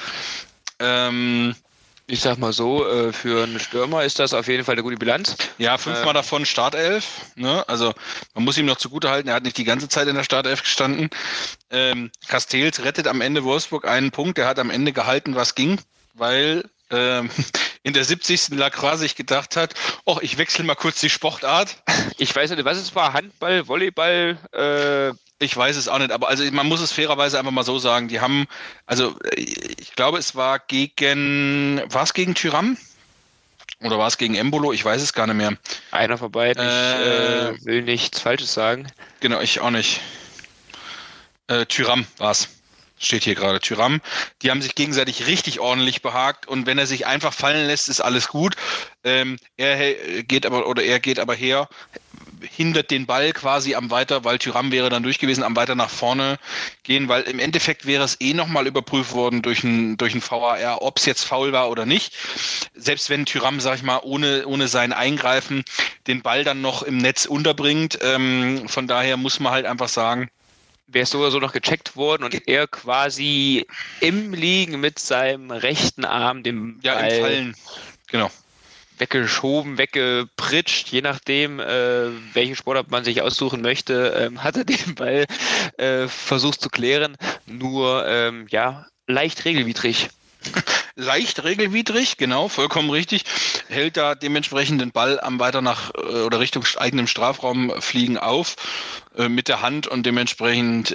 Ich sag mal so, für einen Stürmer ist das auf jeden Fall eine gute Bilanz.
Ja, 5-mal davon Startelf. Ne? Also man muss ihm noch zugutehalten, er hat nicht die ganze Zeit in der Startelf gestanden. Castells rettet am Ende Wolfsburg einen Punkt, er hat am Ende gehalten, was ging, weil in der 70. Lacroix sich gedacht hat, ich wechsle mal kurz die Sportart.
Ich weiß nicht, was es war, Handball, Volleyball,
ich weiß es auch nicht, aber also man muss es fairerweise einfach mal so sagen, die haben, also ich glaube, es war gegen Thuram? Oder war es gegen Embolo? Ich weiß es gar nicht mehr.
Einer von beiden, ich will nichts Falsches sagen.
Genau, ich auch nicht. Thuram war es. Steht hier gerade, Thuram. Die haben sich gegenseitig richtig ordentlich behagt und wenn er sich einfach fallen lässt, ist alles gut. Er geht aber her, hindert den Ball quasi am weiter, weil Thuram wäre dann durch gewesen, am weiter nach vorne gehen, weil im Endeffekt wäre es nochmal überprüft worden durch ein VAR, ob es jetzt faul war oder nicht. Selbst wenn Thuram, sag ich mal, ohne sein Eingreifen den Ball dann noch im Netz unterbringt. Von daher muss man halt einfach sagen,
wäre es so oder so noch gecheckt worden und er quasi im Liegen mit seinem rechten Arm dem Ball
im Fallen, genau,
weggeschoben, weggepritscht, je nachdem, welche Sportart man sich aussuchen möchte, hat er den Ball versucht zu klären, nur leicht regelwidrig.
Leicht regelwidrig, genau, vollkommen richtig. Hält da dementsprechend den Ball am weiter nach oder Richtung eigenem Strafraum fliegen auf mit der Hand und dementsprechend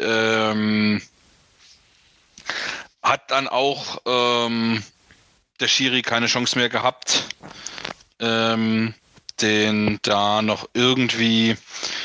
hat dann auch der Schiri keine Chance mehr gehabt, den da noch irgendwie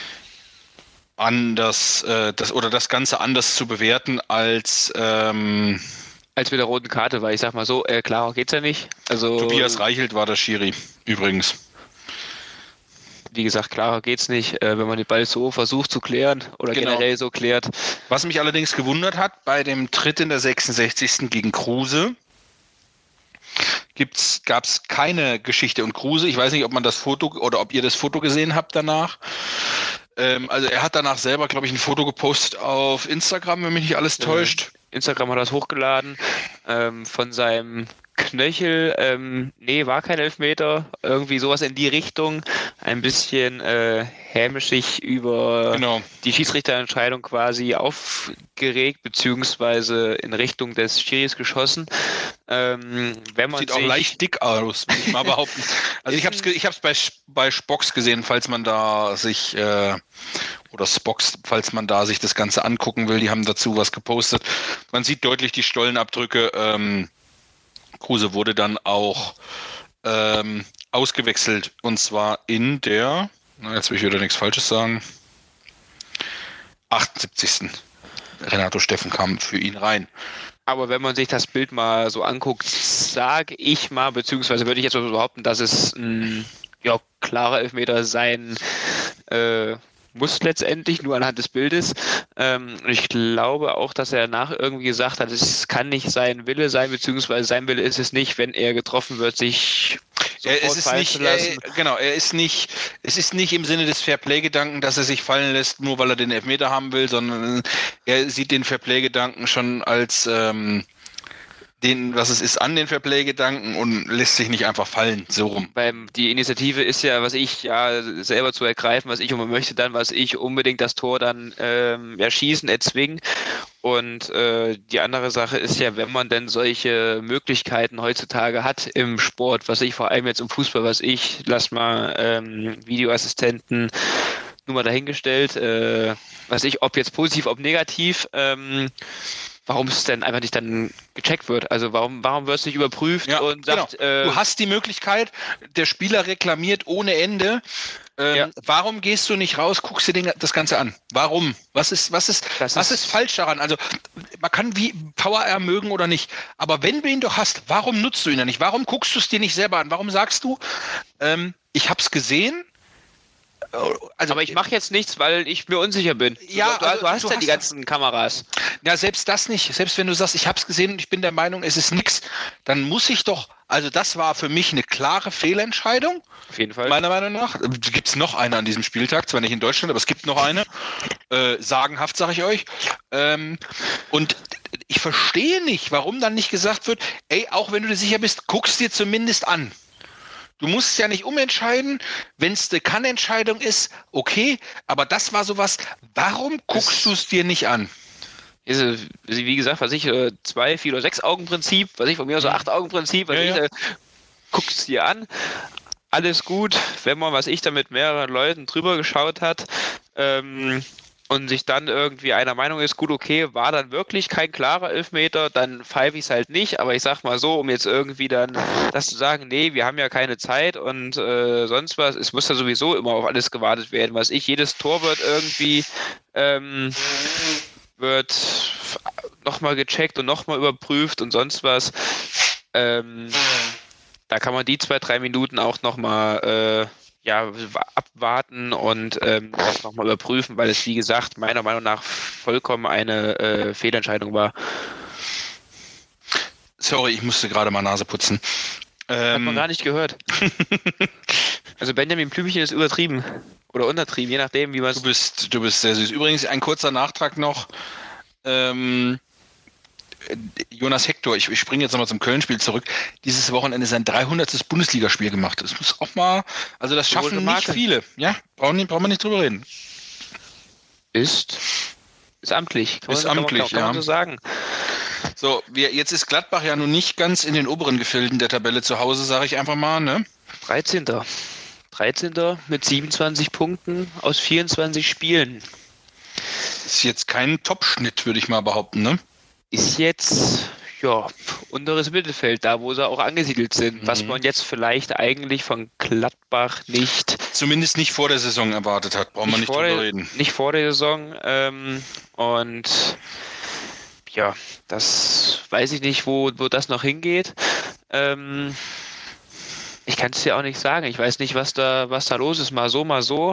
anders das Ganze anders zu bewerten als
mit der roten Karte, weil ich sag mal so, klarer geht's ja nicht. Also
Tobias Reichelt war der Schiri, übrigens.
Wie gesagt, klarer geht's nicht, wenn man den Ball so versucht zu klären oder generell so klärt.
Was mich allerdings gewundert hat, bei dem Tritt in der 66. gegen Kruse gab es keine Geschichte und Kruse. Ich weiß nicht, ob man das Foto oder ob ihr das Foto gesehen habt danach. Also er hat danach selber, glaube ich, ein Foto gepostet auf Instagram, wenn mich nicht alles täuscht.
Instagram hat das hochgeladen von seinem Knöchel. War kein Elfmeter. Irgendwie sowas in die Richtung. Ein bisschen hämischig über die Schiedsrichterentscheidung quasi aufgeregt, beziehungsweise in Richtung des Schiris geschossen.
Sieht auch leicht dick aus, würde ich mal behaupten. Also ich hab's bei Spox gesehen, falls man da sich oder Spox, falls man da sich das Ganze angucken will, die haben dazu was gepostet. Man sieht deutlich die Stollenabdrücke. Kruse wurde dann auch ausgewechselt, und zwar in der, jetzt will ich wieder nichts Falsches sagen, 78. Renato Steffen kam für ihn rein.
Aber wenn man sich das Bild mal so anguckt, sage ich mal, beziehungsweise würde ich jetzt so behaupten, dass es ein klarer Elfmeter sein muss letztendlich, nur anhand des Bildes. Ich glaube auch, dass er danach irgendwie gesagt hat, es kann nicht sein Wille sein, beziehungsweise sein Wille ist es nicht, wenn er getroffen wird, sich fallen zu lassen.
Es ist nicht im Sinne des Fairplay-Gedanken, dass er sich fallen lässt, nur weil er den Elfmeter haben will, sondern er sieht den Fairplay-Gedanken schon als was es ist an den Fairplay-Gedanken und lässt sich nicht einfach fallen, so rum.
Die Initiative ist ja, was ich selber zu ergreifen, was ich möchte, dann, was ich unbedingt das Tor dann erschießen, erzwingen. Und die andere Sache ist ja, wenn man denn solche Möglichkeiten heutzutage hat im Sport, was ich vor allem jetzt im Fußball, lass mal Videoassistenten nur mal dahingestellt, ob jetzt positiv, ob negativ, warum es denn einfach nicht dann gecheckt wird. Also warum wird es nicht überprüft und sagt...
Genau. Du hast die Möglichkeit, der Spieler reklamiert ohne Ende. Warum gehst du nicht raus, guckst dir das Ganze an? Warum? Was ist falsch daran? Also man kann wie VAR mögen oder nicht, aber wenn du ihn doch hast, warum nutzt du ihn dann nicht? Warum guckst du es dir nicht selber an? Warum sagst du, ich habe es gesehen? Also,
aber ich mache jetzt nichts, weil ich mir unsicher bin.
Ja,
du hast ja die ganzen Kameras.
Ja, selbst das nicht. Selbst wenn du sagst, ich habe es gesehen und ich bin der Meinung, es ist nichts, dann muss ich doch, also das war für mich eine klare Fehlentscheidung.
Auf jeden Fall.
Meiner Meinung nach. Gibt es noch eine an diesem Spieltag, zwar nicht in Deutschland, aber es gibt noch eine. Sagenhaft, sage ich euch. Und ich verstehe nicht, warum dann nicht gesagt wird, auch wenn du dir sicher bist, guck's dir zumindest an. Du musst ja nicht umentscheiden, wenn es eine Kann-Entscheidung ist, okay, aber das war sowas, warum guckst du es dir nicht an?
Wie gesagt, 2, 4 oder 6 Augen-Prinzip, von mir so 8 Augen-Prinzip, guckst es dir an, alles gut, wenn man, da mit mehreren Leuten drüber geschaut hat, und sich dann irgendwie einer Meinung ist, gut, okay, war dann wirklich kein klarer Elfmeter, dann pfeife ich es halt nicht, aber ich sag mal so, um jetzt irgendwie dann das zu sagen, nee, wir haben ja keine Zeit und sonst was, es muss ja sowieso immer auf alles gewartet werden, jedes Tor wird irgendwie wird nochmal gecheckt und nochmal überprüft und sonst was, da kann man die 2-3 Minuten auch nochmal abwarten und das nochmal überprüfen, weil es, wie gesagt, meiner Meinung nach vollkommen eine Fehlentscheidung war.
Sorry, ich musste gerade mal Nase putzen.
Hat man gar nicht gehört. Also Benjamin Blümchen ist übertrieben. Oder untertrieben, je nachdem, wie man es...
Du bist sehr süß. Übrigens, ein kurzer Nachtrag noch. Jonas Hector, ich springe jetzt nochmal zum Köln-Spiel zurück, dieses Wochenende sein 300. Bundesligaspiel gemacht. Das muss auch mal, also das schaffen nicht viele. Ja, brauchen wir nicht drüber reden.
Ist amtlich. Kann man so sagen.
So, jetzt ist Gladbach ja nun nicht ganz in den oberen Gefilden der Tabelle zu Hause, sage ich einfach mal, ne?
13. mit 27 Punkten aus 24 Spielen.
Ist jetzt kein Top-Schnitt, würde ich mal behaupten, ne?
Ist jetzt, unteres Mittelfeld, da wo sie auch angesiedelt sind, was man jetzt vielleicht eigentlich von Gladbach
zumindest nicht vor der Saison erwartet hat, brauchen wir nicht drüber reden.
Nicht vor der Saison, und das weiß ich nicht, wo das noch hingeht. Ich kann es dir auch nicht sagen, ich weiß nicht, was da los ist, mal so.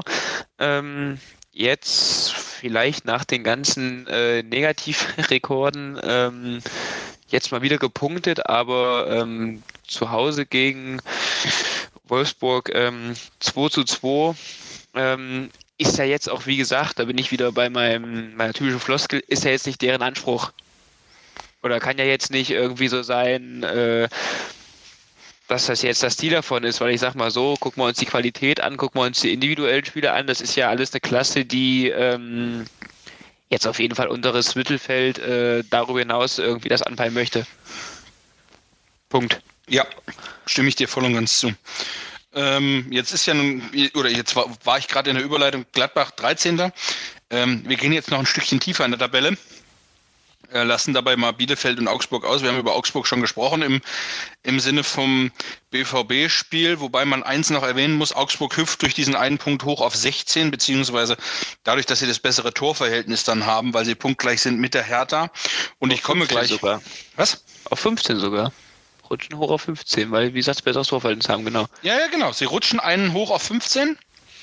Jetzt vielleicht nach den ganzen Negativrekorden jetzt mal wieder gepunktet, aber zu Hause gegen Wolfsburg 2:2 ist ja jetzt auch, wie gesagt, da bin ich wieder bei meiner typischen Floskel, ist ja jetzt nicht deren Anspruch. Oder kann ja jetzt nicht irgendwie so sein, dass das jetzt das Ziel davon ist, weil ich sag mal so, gucken wir uns die Qualität an, gucken wir uns die individuellen Spieler an, das ist ja alles eine Klasse, die jetzt auf jeden Fall unteres Mittelfeld darüber hinaus irgendwie das anpeilen möchte. Punkt.
Ja, stimme ich dir voll und ganz zu. Jetzt ist ja nun, oder jetzt war ich gerade in der Überleitung, Gladbach 13. Wir gehen jetzt noch ein Stückchen tiefer in der Tabelle. lassen dabei mal Bielefeld und Augsburg aus. Wir haben über Augsburg schon gesprochen im Sinne vom BVB-Spiel, wobei man eins noch erwähnen muss, Augsburg hüpft durch diesen einen Punkt hoch auf 16, beziehungsweise dadurch, dass sie das bessere Torverhältnis dann haben, weil sie punktgleich sind mit der Hertha. Und ich komme gleich...
Sogar.
Was?
Auf 15 sogar. Rutschen hoch auf 15, weil, wie gesagt, besseres Torverhältnis haben, genau.
Ja, genau. Sie rutschen einen hoch auf 15.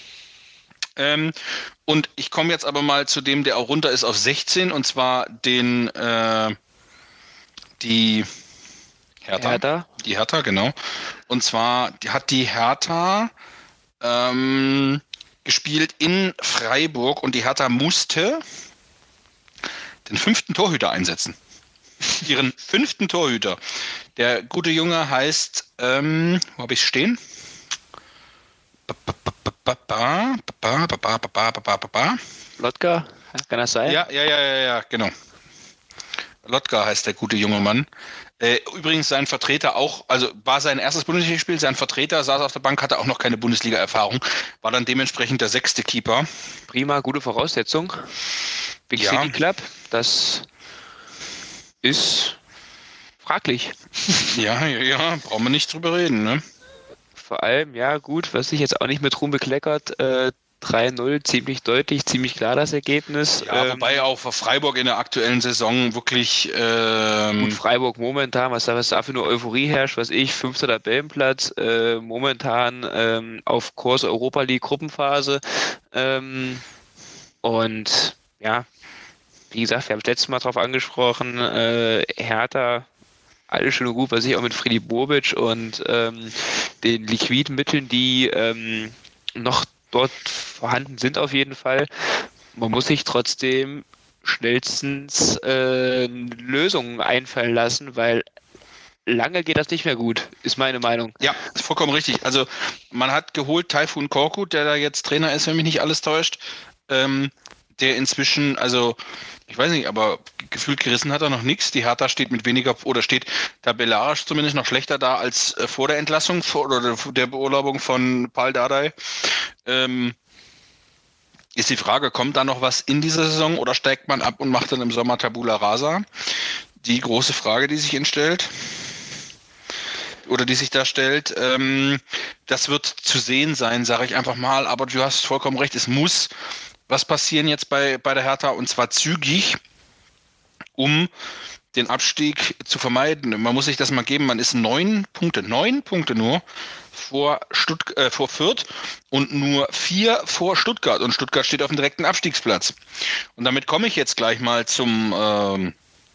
Und ich komme jetzt aber mal zu dem, der auch runter ist auf 16, und zwar die Hertha. Die Hertha, genau. Und zwar hat die Hertha gespielt in Freiburg und die Hertha musste den 5. Torhüter einsetzen. Ihren 5. Torhüter. Der gute Junge heißt, wo habe ich es stehen?
Lotka? Kann das sein?
Ja, genau. Lotka heißt der gute junge Mann. Übrigens sein Vertreter auch, also war sein erstes Bundesligaspiel, sein Vertreter saß auf der Bank, hatte auch noch keine Bundesliga-Erfahrung, war dann dementsprechend der 6. Keeper.
Prima, gute Voraussetzung. Big City Club, das ist fraglich.
Ja, brauchen wir nicht drüber reden, ne?
Vor allem, ja gut, was sich jetzt auch nicht mit Ruhm bekleckert, 3-0, ziemlich deutlich, ziemlich klar das Ergebnis.
Ja, wobei auch für Freiburg in der aktuellen Saison wirklich...
Gut, Freiburg momentan, was da für eine Euphorie herrscht, 5. Tabellenplatz, momentan auf Kurs Europa League Gruppenphase. Und ja, wie gesagt, wir haben das letzte Mal drauf angesprochen, Hertha, alles schön und gut, was ich auch mit Freddy Bobic und den liquiden Mitteln, die noch dort vorhanden sind auf jeden Fall. Man muss sich trotzdem schnellstens Lösungen einfallen lassen, weil lange geht das nicht mehr gut, ist meine Meinung.
Ja, ist vollkommen richtig. Also man hat geholt Taifun Korkut, der da jetzt Trainer ist, wenn mich nicht alles täuscht, der inzwischen, also ich weiß nicht, aber gefühlt gerissen hat er noch nichts. Die Hertha steht mit weniger, oder steht tabellarisch zumindest noch schlechter da als vor der Entlassung oder der Beurlaubung von Pal Dardai. Ist die Frage, kommt da noch was in dieser Saison oder steigt man ab und macht dann im Sommer Tabula Rasa? Die große Frage, die sich stellt. Oder die sich da stellt. Das wird zu sehen sein, sage ich einfach mal. Aber du hast vollkommen recht, es muss was passieren jetzt bei der Hertha, und zwar zügig, um den Abstieg zu vermeiden. Man muss sich das mal geben, man ist 9 Punkte nur vor Fürth und nur 4 vor Stuttgart. Und Stuttgart steht auf dem direkten Abstiegsplatz. Und damit komme ich jetzt gleich mal zum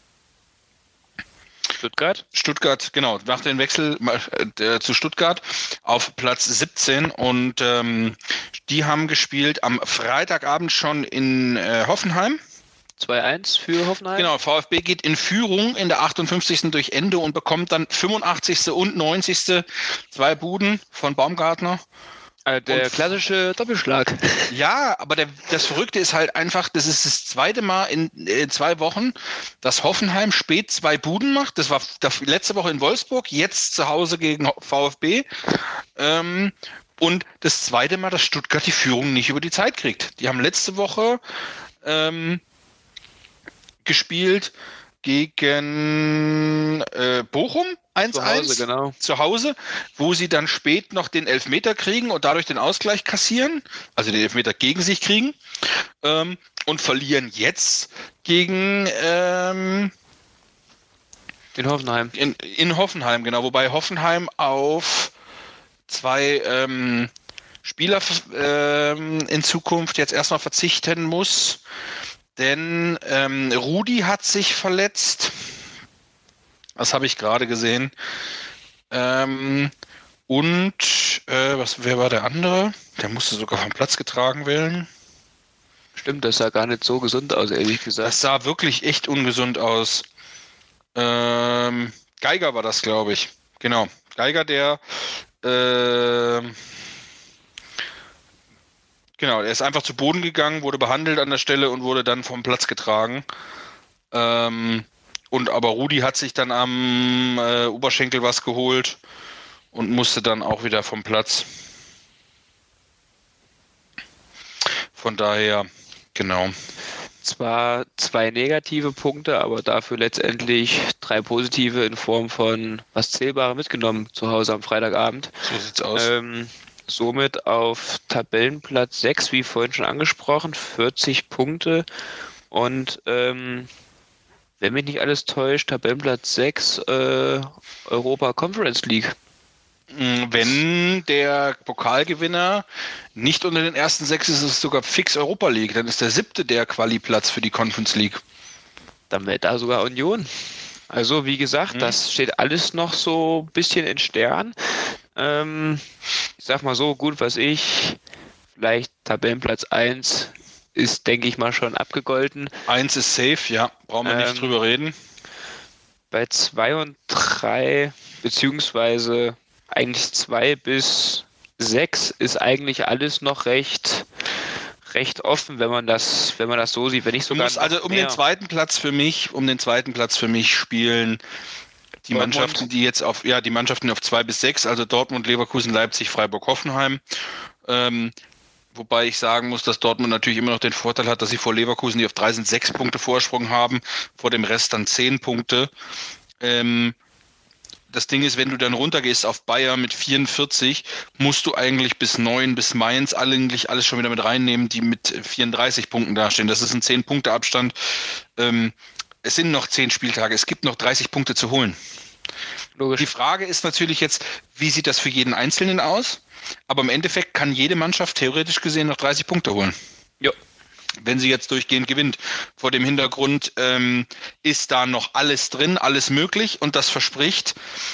Stuttgart, genau, nach dem Wechsel zu Stuttgart auf Platz 17 und die haben gespielt am Freitagabend schon in Hoffenheim.
2-1 für Hoffenheim.
Genau, VfB geht in Führung in der 58. durch Ende und bekommt dann 85. und 90. 2 Buden von Baumgartner.
Der klassische Doppelschlag.
Ja, aber das Verrückte ist halt einfach, das ist das zweite Mal in 2 Wochen, dass Hoffenheim spät 2 Buden macht. Das war letzte Woche in Wolfsburg, jetzt zu Hause gegen VfB. Und das zweite Mal, dass Stuttgart die Führung nicht über die Zeit kriegt. Die haben letzte Woche gespielt gegen Bochum 1-1 zu Hause, wo sie dann spät noch den Elfmeter kriegen und dadurch den Ausgleich kassieren, also den Elfmeter gegen sich kriegen, und verlieren jetzt gegen
in Hoffenheim.
In Hoffenheim, genau, wobei Hoffenheim auf 2 Spieler in Zukunft jetzt erstmal verzichten muss. Denn Rudi hat sich verletzt. Das habe ich gerade gesehen. Wer war der andere? Der musste sogar vom Platz getragen werden.
Stimmt, das sah gar nicht so gesund aus, ehrlich gesagt.
Das sah wirklich echt ungesund aus. Geiger war das, glaube ich. Genau. Geiger, der genau, er ist einfach zu Boden gegangen, wurde behandelt an der Stelle und wurde dann vom Platz getragen. Aber Rudi hat sich dann am Oberschenkel was geholt und musste dann auch wieder vom Platz. Von daher, genau.
Zwar 2 negative Punkte, aber dafür letztendlich 3 positive in Form von was Zählbarem mitgenommen zu Hause am Freitagabend.
So sieht's aus.
Somit auf Tabellenplatz 6, wie vorhin schon angesprochen, 40 Punkte. Und wenn mich nicht alles täuscht, Tabellenplatz 6, Europa Conference League.
Wenn der Pokalgewinner nicht unter den ersten 6 ist, ist es sogar fix Europa League. Dann ist der 7. der Quali-Platz für die Conference League.
Dann wäre da sogar Union. Also wie gesagt, das steht alles noch so ein bisschen in Stern. Ich sag mal so, gut, vielleicht Tabellenplatz 1 ist, denke ich mal, schon abgegolten.
1 ist safe, ja, brauchen wir nicht drüber reden.
Bei 2 und 3, beziehungsweise eigentlich 2 bis 6 ist eigentlich alles noch recht offen, wenn man das so sieht. Wenn nicht sogar
also um den zweiten Platz für mich spielen die Mannschaften, die jetzt auf 2 bis 6, also Dortmund, Leverkusen, Leipzig, Freiburg, Hoffenheim. Wobei ich sagen muss, dass Dortmund natürlich immer noch den Vorteil hat, dass sie vor Leverkusen, die auf 3 sind, 6 Punkte Vorsprung haben, vor dem Rest dann 10 Punkte. Das Ding ist, wenn du dann runtergehst auf Bayern mit 44, musst du eigentlich bis 9, bis Mainz eigentlich alles schon wieder mit reinnehmen, die mit 34 Punkten dastehen. Das ist ein 10-Punkte-Abstand. Es sind noch 10 Spieltage, es gibt noch 30 Punkte zu holen. Logisch. Die Frage ist natürlich jetzt, wie sieht das für jeden Einzelnen aus? Aber im Endeffekt kann jede Mannschaft theoretisch gesehen noch 30 Punkte holen. Ja. Wenn sie jetzt durchgehend gewinnt. Vor dem Hintergrund ist da noch alles drin, alles möglich und das verspricht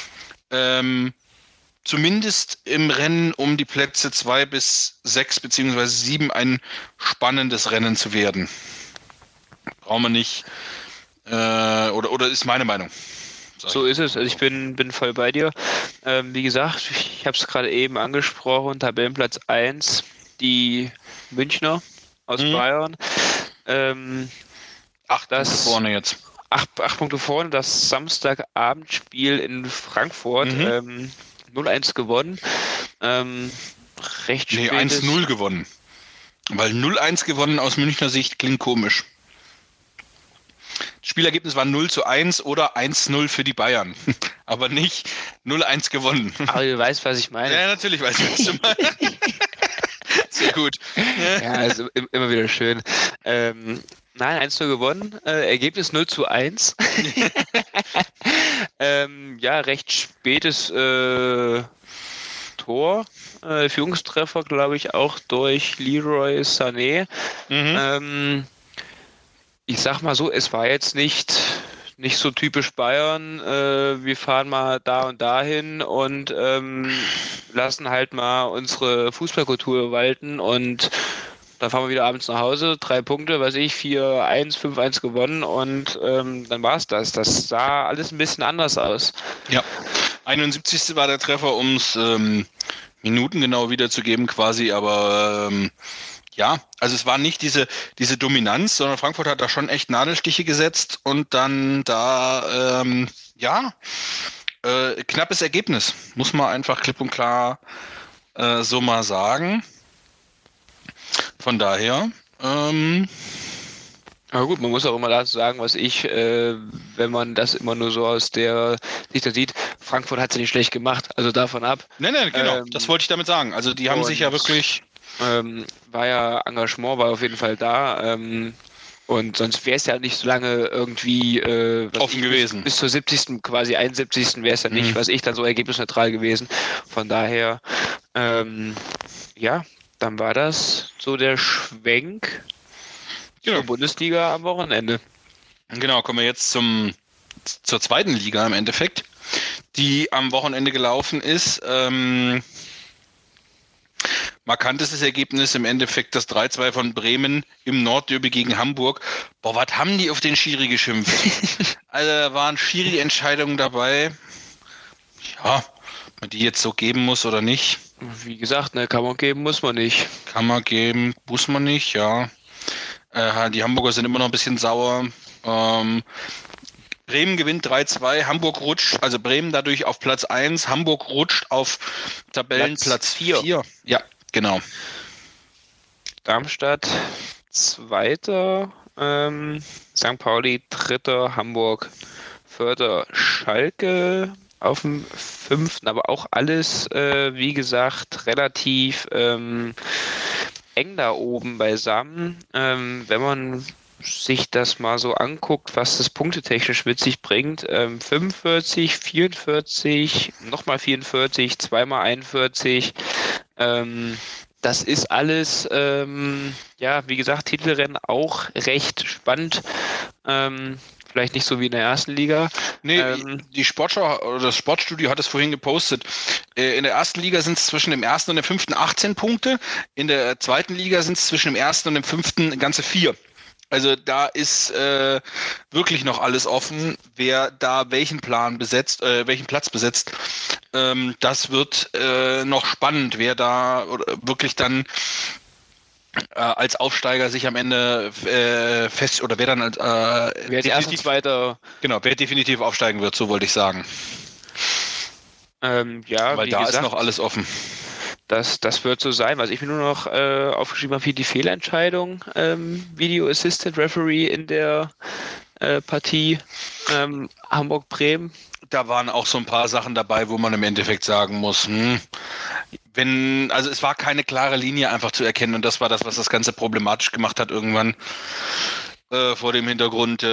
zumindest im Rennen um die Plätze 2 bis 6 bzw. 7 ein spannendes Rennen zu werden. Brauchen wir nicht oder ist meine Meinung.
So ist es. Also ich bin voll bei dir. Wie gesagt, ich habe es gerade eben angesprochen, Tabellenplatz 1, die Münchner aus Bayern.
8 Punkte vorne jetzt.
8 Punkte vorne, das Samstagabendspiel in Frankfurt. 0-1 gewonnen. Recht spät.
1-0 gewonnen. Weil 0-1 gewonnen aus Münchner Sicht klingt komisch. Das Spielergebnis war 0-1 oder 1-0 für die Bayern. Aber nicht 0-1 gewonnen.
Aber du weißt, was ich meine.
Ja, natürlich weiß ich, was du meinst. Sehr gut.
Ja, also immer wieder schön. Nein, 1-0 gewonnen. Ergebnis 0-1. Ja, recht spätes Tor. Führungstreffer, glaube ich, auch durch Leroy Sané. Ich sag mal so, es war jetzt nicht so typisch Bayern, wir fahren mal da und dahin und lassen halt mal unsere Fußballkultur walten und dann fahren wir wieder abends nach Hause, 3 Punkte, 4-1, 5-1 gewonnen und dann war es das. Das sah alles ein bisschen anders aus.
Ja, 71. war der Treffer, um es Minuten genau wiederzugeben quasi, aber ja, also es war nicht diese Dominanz, sondern Frankfurt hat da schon echt Nadelstiche gesetzt und dann da, knappes Ergebnis, muss man einfach klipp und klar so mal sagen. Von daher,
aber gut, man muss auch immer dazu sagen, wenn man das immer nur so aus der Sicht sieht, Frankfurt hat es ja nicht schlecht gemacht, also davon ab.
Nein, genau, das wollte ich damit sagen. Also die haben sich ja wirklich...
Engagement war auf jeden Fall da und sonst wäre es ja nicht so lange irgendwie
offen gewesen.
Bis zur 70. quasi 71. wäre es ja nicht, dann so ergebnisneutral gewesen. Von daher, dann war das so der Schwenk zur Bundesliga am Wochenende.
Genau, kommen wir jetzt zur zweiten Liga im Endeffekt, die am Wochenende gelaufen ist. Markantestes Ergebnis im Endeffekt das 3-2 von Bremen im Nordderby gegen Hamburg. Boah, was haben die auf den Schiri geschimpft? Also da waren Schiri-Entscheidungen dabei. Ja, ob man die jetzt so geben muss oder nicht.
Wie gesagt, kann man geben, muss man nicht.
Kann man geben, muss man nicht, ja. Die Hamburger sind immer noch ein bisschen sauer. Bremen gewinnt 3-2, Hamburg rutscht, also Bremen dadurch auf Platz 1, Hamburg rutscht auf Tabellenplatz 4. Ja, genau.
Darmstadt Zweiter, St. Pauli 3., Hamburg 4., Schalke auf dem 5., aber auch alles, wie gesagt, relativ eng da oben beisammen. Wenn man sich das mal so anguckt, was das punktetechnisch mit sich bringt, 45, 44, nochmal 44, zweimal 41, das ist alles, wie gesagt, Titelrennen auch recht spannend. Vielleicht nicht so wie in der ersten Liga.
Nee, die Sportschau oder das Sportstudio hat es vorhin gepostet. In der ersten Liga sind es zwischen dem ersten und dem 5. 18 Punkte. In der zweiten Liga sind es zwischen dem ersten und dem 5. ganze 4. Also da ist wirklich noch alles offen, wer da welchen Platz besetzt. Das wird noch spannend, wer da wirklich dann als Aufsteiger sich am Ende fest oder wer dann als
wer die erste, zweite,
genau, wer definitiv aufsteigen wird, so wollte ich sagen.
Weil
da gesagt, ist noch alles offen.
Das wird so sein. Was ich mir nur noch aufgeschrieben habe, hier die Fehlentscheidung, Video Assistant Referee in der Partie Hamburg-Bremen.
Da waren auch so ein paar Sachen dabei, wo man im Endeffekt sagen muss, also es war keine klare Linie einfach zu erkennen und das war das, was das Ganze problematisch gemacht hat irgendwann vor dem Hintergrund,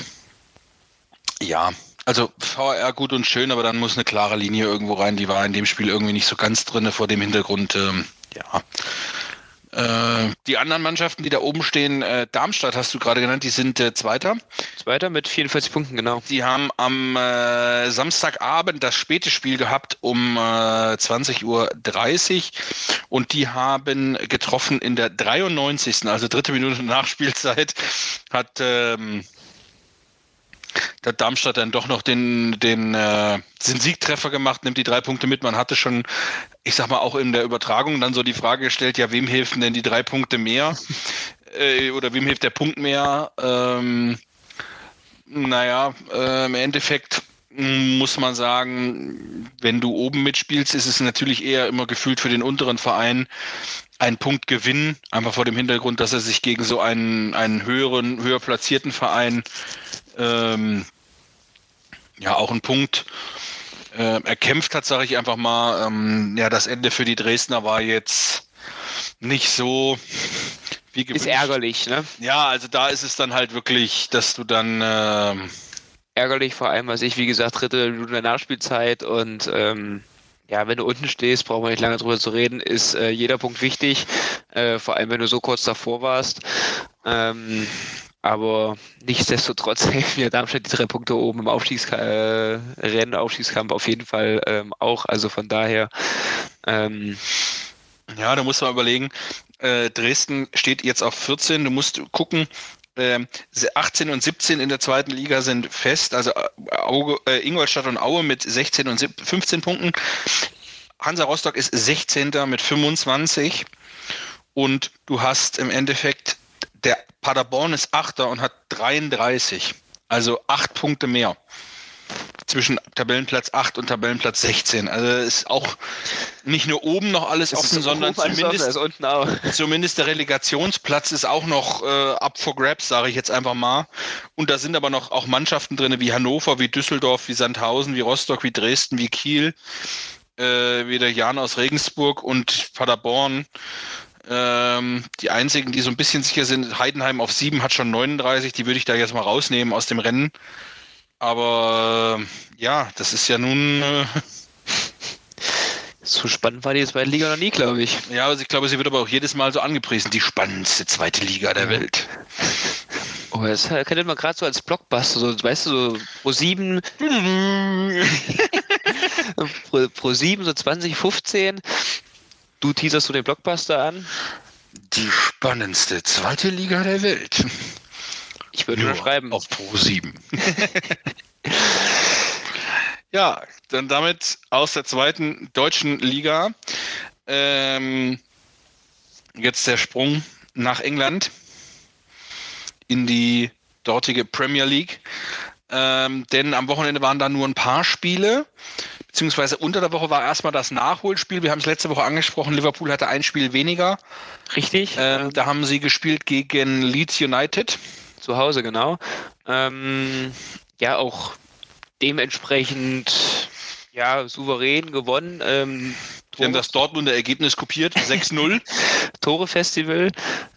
also VR gut und schön, aber dann muss eine klare Linie irgendwo rein, die war in dem Spiel irgendwie nicht so ganz drin vor dem Hintergrund, die anderen Mannschaften, die da oben stehen, Darmstadt hast du gerade genannt, die sind Zweiter.
Zweiter mit 44 Punkten, genau.
Die haben am Samstagabend das späte Spiel gehabt um 20:30 Uhr und die haben getroffen in der 93., also 3. Minute Nachspielzeit, hat Darmstadt dann doch noch den Siegtreffer gemacht, nimmt die 3 Punkte mit. Man hatte schon, ich sag mal, auch in der Übertragung dann so die Frage gestellt, ja, wem helfen denn die 3 Punkte mehr? Oder wem hilft der Punkt mehr? Im Endeffekt muss man sagen, wenn du oben mitspielst, ist es natürlich eher immer gefühlt für den unteren Verein ein Punkt gewinnen, einfach vor dem Hintergrund, dass er sich gegen so einen höher platzierten Verein auch einen Punkt erkämpft hat, sage ich einfach mal. Das Ende für die Dresdner war jetzt nicht so wie gewünscht.
Ist ärgerlich, ne?
Ja, also da ist es dann halt wirklich, dass du dann
ärgerlich, vor allem, wie gesagt, 3. Minute der Nachspielzeit und wenn du unten stehst, brauchen wir nicht lange drüber zu reden, ist jeder Punkt wichtig, vor allem, wenn du so kurz davor warst. Aber nichtsdestotrotz helfen wir Darmstadt die 3 Punkte oben im Aufstiegskampf auf jeden Fall auch. Also von daher.
Da musst du mal überlegen, Dresden steht jetzt auf 14. Du musst gucken, 18 und 17 in der zweiten Liga sind fest. Also Ingolstadt und Aue mit 16 und 15 Punkten. Hansa Rostock ist 16. mit 25. Und du hast im Endeffekt der Paderborn ist 8. und hat 33, also 8 Punkte mehr zwischen Tabellenplatz 8 und Tabellenplatz 16. Also ist auch nicht nur oben noch alles offen, sondern zumindest der Relegationsplatz ist auch noch up for grabs, sage ich jetzt einfach mal. Und da sind aber noch auch Mannschaften drin, wie Hannover, wie Düsseldorf, wie Sandhausen, wie Rostock, wie Dresden, wie Kiel, wie der Jan aus Regensburg und Paderborn. Die einzigen, die so ein bisschen sicher sind, Heidenheim auf 7 hat schon 39, die würde ich da jetzt mal rausnehmen aus dem Rennen. Aber das ist ja nun...
So spannend war die zweite Liga noch nie, glaube ich.
Ja, also ich glaube, sie wird aber auch jedes Mal so angepriesen, die spannendste zweite Liga der Welt.
Oh, das könnte man gerade so als Blockbuster, so, weißt du, so Pro7 Pro7, so 2015. Du teaserst den Blockbuster an?
Die spannendste zweite Liga der Welt.
Ich würde nur schreiben.
Auf Pro7. Ja, dann damit aus der zweiten deutschen Liga. Jetzt der Sprung nach England in die dortige Premier League. Denn am Wochenende waren da nur ein paar Spiele. Beziehungsweise unter der Woche war erstmal das Nachholspiel. Wir haben es letzte Woche angesprochen, Liverpool hatte ein Spiel weniger.
Richtig.
Da haben sie gespielt gegen Leeds United.
zu Hause, genau. Ja, auch dementsprechend souverän gewonnen.
Sie haben das Dortmunder Ergebnis kopiert, 6-0.
Tore-Festival.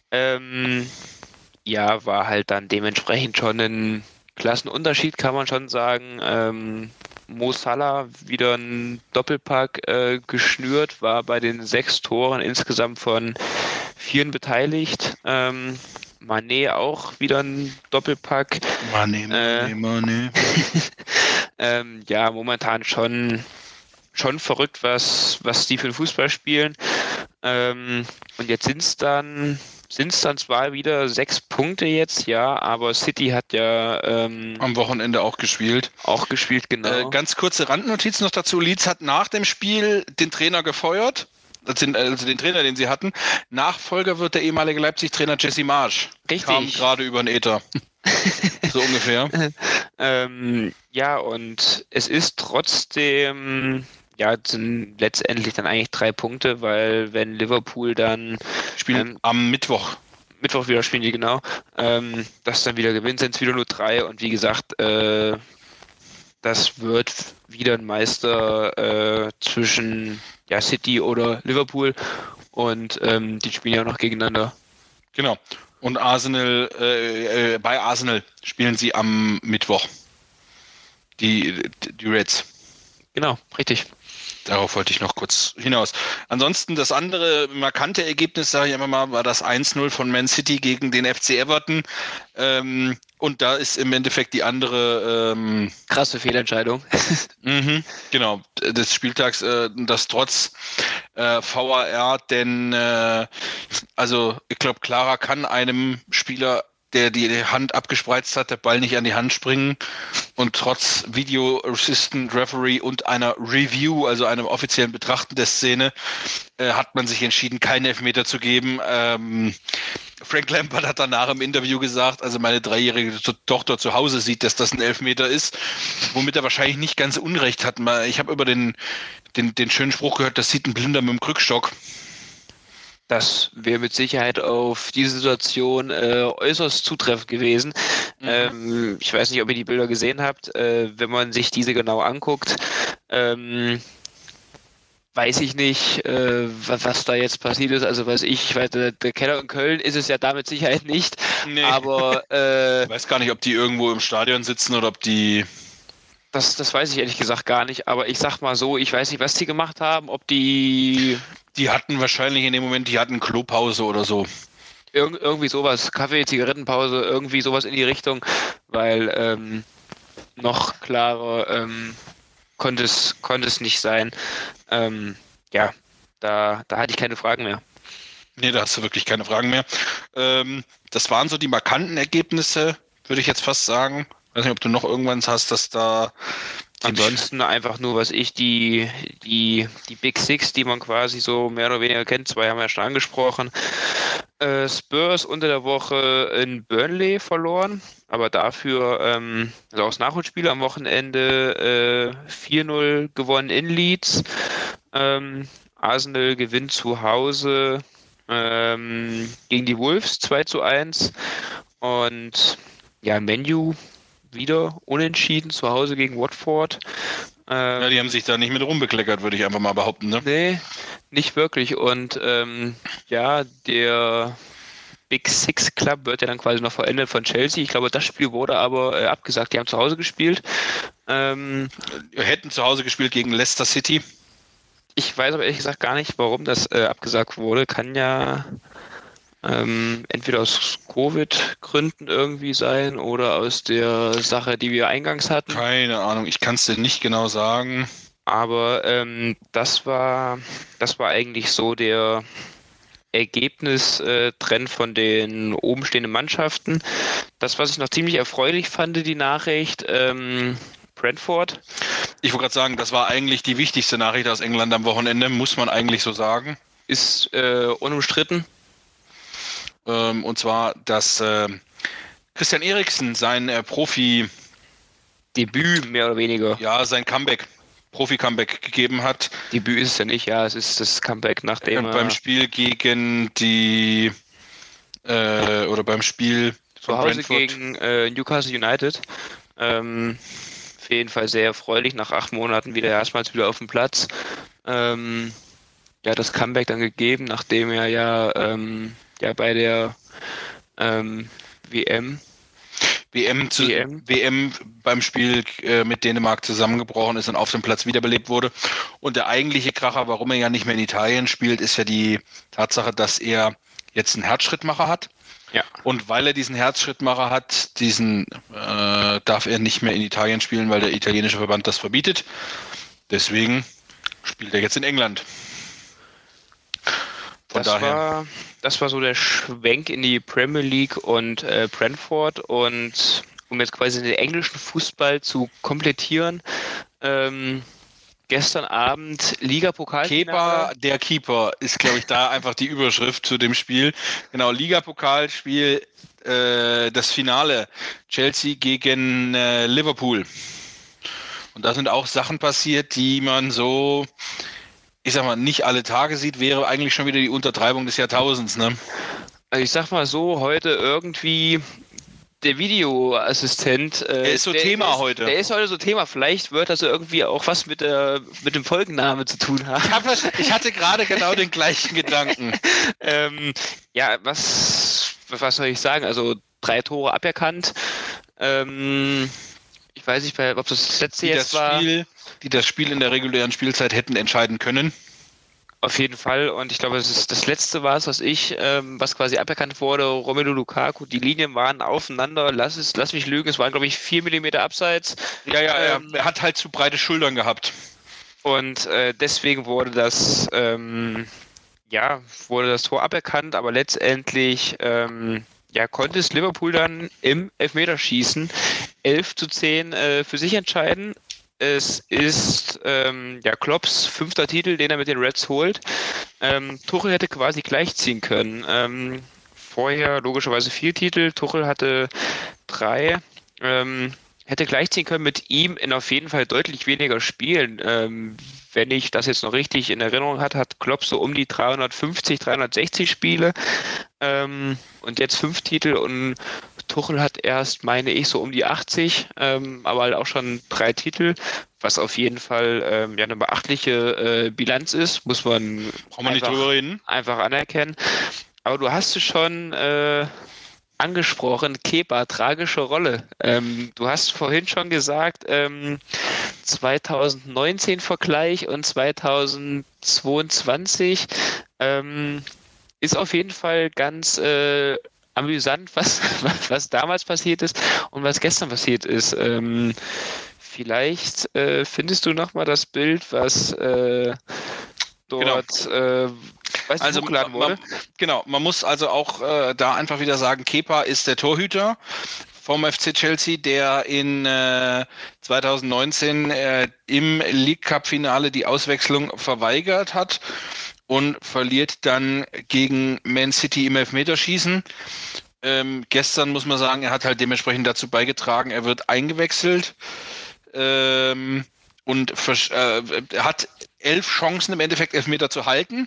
War halt dann dementsprechend schon ein Klassenunterschied, kann man schon sagen. Mo Salah wieder ein Doppelpack geschnürt, war bei den 6 Toren insgesamt von 4 beteiligt. Mané auch wieder ein Doppelpack.
Mané.
Momentan schon verrückt, was die für den Fußball spielen. Und jetzt sind es dann zwar wieder 6 Punkte jetzt, aber City hat ja
am Wochenende auch gespielt.
Genau.
Ganz kurze Randnotiz noch dazu. Leeds hat nach dem Spiel den Trainer gefeuert. Also den Trainer, den sie hatten. Nachfolger wird der ehemalige Leipzig-Trainer Jesse Marsch.
Richtig.
Kam gerade über den Äther. So ungefähr.
Und es ist trotzdem, sind letztendlich dann eigentlich 3 Punkte, weil wenn Liverpool dann
spielen am Mittwoch
wieder spielen die, genau, das dann wieder gewinnt, sind es wieder nur 3 und wie gesagt, das wird wieder ein Meister zwischen City oder Liverpool und die spielen ja auch noch gegeneinander.
Genau. Und Arsenal, bei Arsenal spielen sie am Mittwoch. Die Reds.
Genau, richtig.
Darauf wollte ich noch kurz hinaus. Ansonsten das andere markante Ergebnis, sage ich einfach mal, war das 1-0 von Man City gegen den FC Everton. Und da ist im Endeffekt die andere
krasse Fehlentscheidung.
Genau, des Spieltags, das trotz VAR, denn ich glaube, klarer kann einem Spieler, der die Hand abgespreizt hat, der Ball nicht an die Hand springen, und trotz Video Assistant Referee und einer Review, also einem offiziellen Betrachten der Szene, hat man sich entschieden, keinen Elfmeter zu geben. Frank Lampard hat danach im Interview gesagt, also meine 3-jährige Tochter zu Hause sieht, dass das ein Elfmeter ist, womit er wahrscheinlich nicht ganz Unrecht hat. Ich habe über den schönen Spruch gehört, das sieht ein Blinder mit dem Krückstock.
Das wäre mit Sicherheit auf diese Situation äußerst zutreffend gewesen. Ich weiß nicht, ob ihr die Bilder gesehen habt. Wenn man sich diese genau anguckt, weiß ich nicht, was da jetzt passiert ist. Also ich weiß, der Keller in Köln ist es ja da mit Sicherheit nicht. Nee. Aber
ich weiß gar nicht, ob die irgendwo im Stadion sitzen oder ob die...
Das weiß ich ehrlich gesagt gar nicht, aber ich sag mal so, ich weiß nicht, was die gemacht haben, ob die
hatten wahrscheinlich in dem Moment, die hatten Klopause oder so.
Irgendwie sowas, Kaffee, Zigarettenpause, irgendwie sowas in die Richtung, weil noch klarer konnte es nicht sein. Da hatte ich keine Fragen mehr.
Nee, da hast du wirklich keine Fragen mehr. Das waren so die markanten Ergebnisse, würde ich jetzt fast sagen. Ich weiß nicht, ob du noch irgendwann hast, dass da...
Ansonsten einfach nur, was ich, die Big Six, die man quasi so mehr oder weniger kennt, 2 haben wir ja schon angesprochen. Spurs unter der Woche in Burnley verloren, aber dafür, also auch das Nachholspiel am Wochenende 4-0 gewonnen in Leeds. Arsenal gewinnt zu Hause gegen die Wolves 2-1 und Man U wieder unentschieden zu Hause gegen Watford.
Die haben sich da nicht mit rumbekleckert, würde ich einfach mal behaupten, ne?
Nee, nicht wirklich. Und der Big Six Club wird ja dann quasi noch vollendet von Chelsea. Ich glaube, das Spiel wurde aber abgesagt. Die haben zu Hause gespielt.
Hätten zu Hause gespielt gegen Leicester City.
Ich weiß aber ehrlich gesagt gar nicht, warum das abgesagt wurde. Kann ja entweder aus Covid-Gründen irgendwie sein oder aus der Sache, die wir eingangs hatten.
Keine Ahnung, ich kann es dir nicht genau sagen.
Aber das war eigentlich so der Ergebnistrend von den obenstehenden Mannschaften. Das, was ich noch ziemlich erfreulich fand, die Nachricht, Brentford.
Ich wollte gerade sagen, das war eigentlich die wichtigste Nachricht aus England am Wochenende, muss man eigentlich so sagen.
Ist unumstritten.
Und zwar, dass Christian Eriksen sein
Profi-Debüt mehr oder weniger.
Ja, sein Profi-Comeback gegeben hat.
Debüt ist es ja nicht, es ist das Comeback beim
Spiel gegen beim Spiel
zu Hause
Brentford.
gegen Newcastle United. Auf jeden Fall sehr erfreulich, nach 8 Monaten erstmals wieder auf dem Platz. Das Comeback dann gegeben, nachdem er ja bei der WM
beim Spiel mit Dänemark zusammengebrochen ist und auf dem Platz wiederbelebt wurde. Und der eigentliche Kracher, warum er ja nicht mehr in Italien spielt, ist ja die Tatsache, dass er jetzt einen Herzschrittmacher hat.
Ja.
Und weil er diesen Herzschrittmacher hat, darf er nicht mehr in Italien spielen, weil der italienische Verband das verbietet. Deswegen spielt er jetzt in England.
Das war so der Schwenk in die Premier League und Brentford. Und um jetzt quasi den englischen Fußball zu komplettieren, gestern Abend Liga-Pokalfinale.
Der Keeper ist, glaube ich, da einfach die Überschrift zu dem Spiel. Genau, Liga-Pokalspiel, das Finale. Chelsea gegen Liverpool. Und da sind auch Sachen passiert, die man so, ich sag mal, nicht alle Tage sieht, wäre eigentlich schon wieder die Untertreibung des Jahrtausends, ne?
Also ich sag mal so, heute irgendwie der Videoassistent.
Der ist so Thema heute.
Der ist heute so Thema. Vielleicht wird das irgendwie auch was mit dem Folgenname zu tun haben.
Ich hatte gerade genau den gleichen Gedanken.
Was soll ich sagen? Also 3 Tore aberkannt. Ich weiß nicht, ob das letzte jetzt war.
Die das Spiel in der regulären Spielzeit hätten entscheiden können.
Auf jeden Fall. Und ich glaube, das letzte war es, was quasi aberkannt wurde. Romelu Lukaku, die Linien waren aufeinander. Lass mich lügen, es waren, glaube ich, 4 mm abseits.
Ja, er hat halt zu breite Schultern gehabt.
Und deswegen wurde das Tor aberkannt, aber letztendlich konnte es Liverpool dann im Elfmeterschießen 11:10 für sich entscheiden. Es ist Klopps 5. Titel, den er mit den Reds holt. Tuchel hätte quasi gleichziehen können. Vorher logischerweise 4 Titel, Tuchel hatte 3. Hätte gleichziehen können mit ihm in auf jeden Fall deutlich weniger Spielen. Wenn ich das jetzt noch richtig in Erinnerung hatte, hat Klopp so um die 350, 360 Spiele und jetzt 5 Titel und Tuchel hat erst, meine ich, so um die 80, aber halt auch schon 3 Titel, was auf jeden Fall eine beachtliche Bilanz ist, muss man
nicht drüber reden.
Einfach anerkennen. Aber du hast es schon angesprochen, Kepa, tragische Rolle. Du hast vorhin schon gesagt, 2019 Vergleich und 2022 ist auf jeden Fall ganz amüsant, was damals passiert ist und was gestern passiert ist. Vielleicht findest du nochmal das Bild, was dort hochgeladen wurde.
Man muss also auch da einfach wieder sagen, Kepa ist der Torhüter vom FC Chelsea, der in 2019 im League Cup Finale die Auswechslung verweigert hat und verliert dann gegen Man City im Elfmeterschießen. Gestern muss man sagen, er hat halt dementsprechend dazu beigetragen, er wird eingewechselt und hat 11 Chancen im Endeffekt Elfmeter zu halten.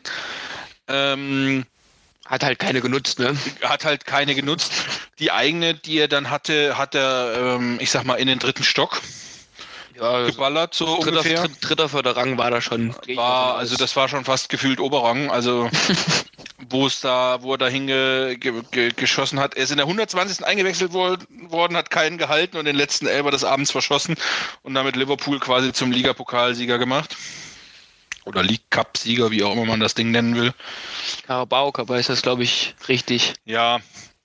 Hat halt keine genutzt, ne?
Hat halt keine genutzt. Die eigene, die er dann hatte, hat er, ich sag mal, in den 3. Stock geballert, so ungefähr.
Dritter Förderrang war da schon.
Also das war schon fast gefühlt Oberrang, also wo er dahin geschossen hat. Er ist in der 120. eingewechselt worden, hat keinen gehalten und den letzten Elfer des Abends verschossen und damit Liverpool quasi zum Ligapokalsieger gemacht. Oder League Cup-Sieger, wie auch immer man das Ding nennen will.
Carabao Cup ist das, glaube ich, richtig.
Ja,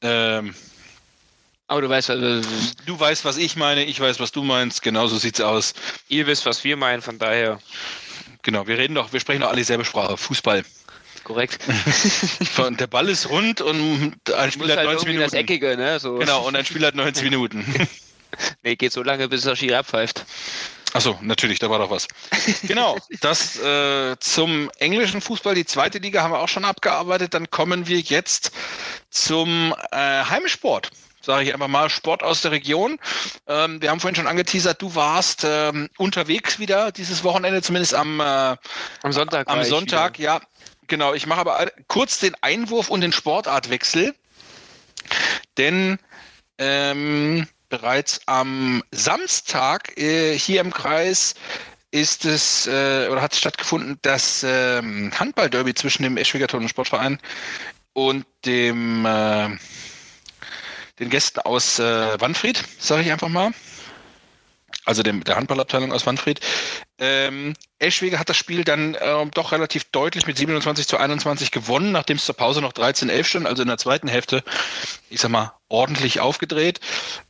aber du weißt,
was ich meine, ich weiß, was du meinst, genau so sieht's aus.
Ihr wisst, was wir meinen, von daher.
Genau, wir sprechen doch alle dieselbe Sprache, Fußball.
Korrekt.
Der Ball ist rund und ein Spiel hat 90 Minuten.
Das Eckige, ne? So.
Genau, und ein Spiel hat 90 Minuten.
Nee, geht so lange, bis der Schiri abpfeift.
Achso, natürlich, da war doch was. Genau, das zum englischen Fußball, die 2. Liga haben wir auch schon abgearbeitet. Dann kommen wir jetzt zum Heimsport. Sage ich einfach mal, Sport aus der Region. Wir haben vorhin schon angeteasert, du warst unterwegs wieder dieses Wochenende, zumindest am Sonntag. Am Sonntag, ja. Genau, ich mache aber kurz den Einwurf und den Sportartwechsel. Denn Bereits am Samstag hier im Kreis ist es oder hat stattgefunden das Handball-Derby zwischen dem Eschwiger Turn- und Sportverein und den Gästen aus Wanfried, sage ich einfach mal. Also der Handballabteilung aus Wanfried. Eschwege hat das Spiel dann doch relativ deutlich mit 27-21 gewonnen, nachdem es zur Pause noch 13-11 stand, also in der zweiten Hälfte, ich sag mal, ordentlich aufgedreht.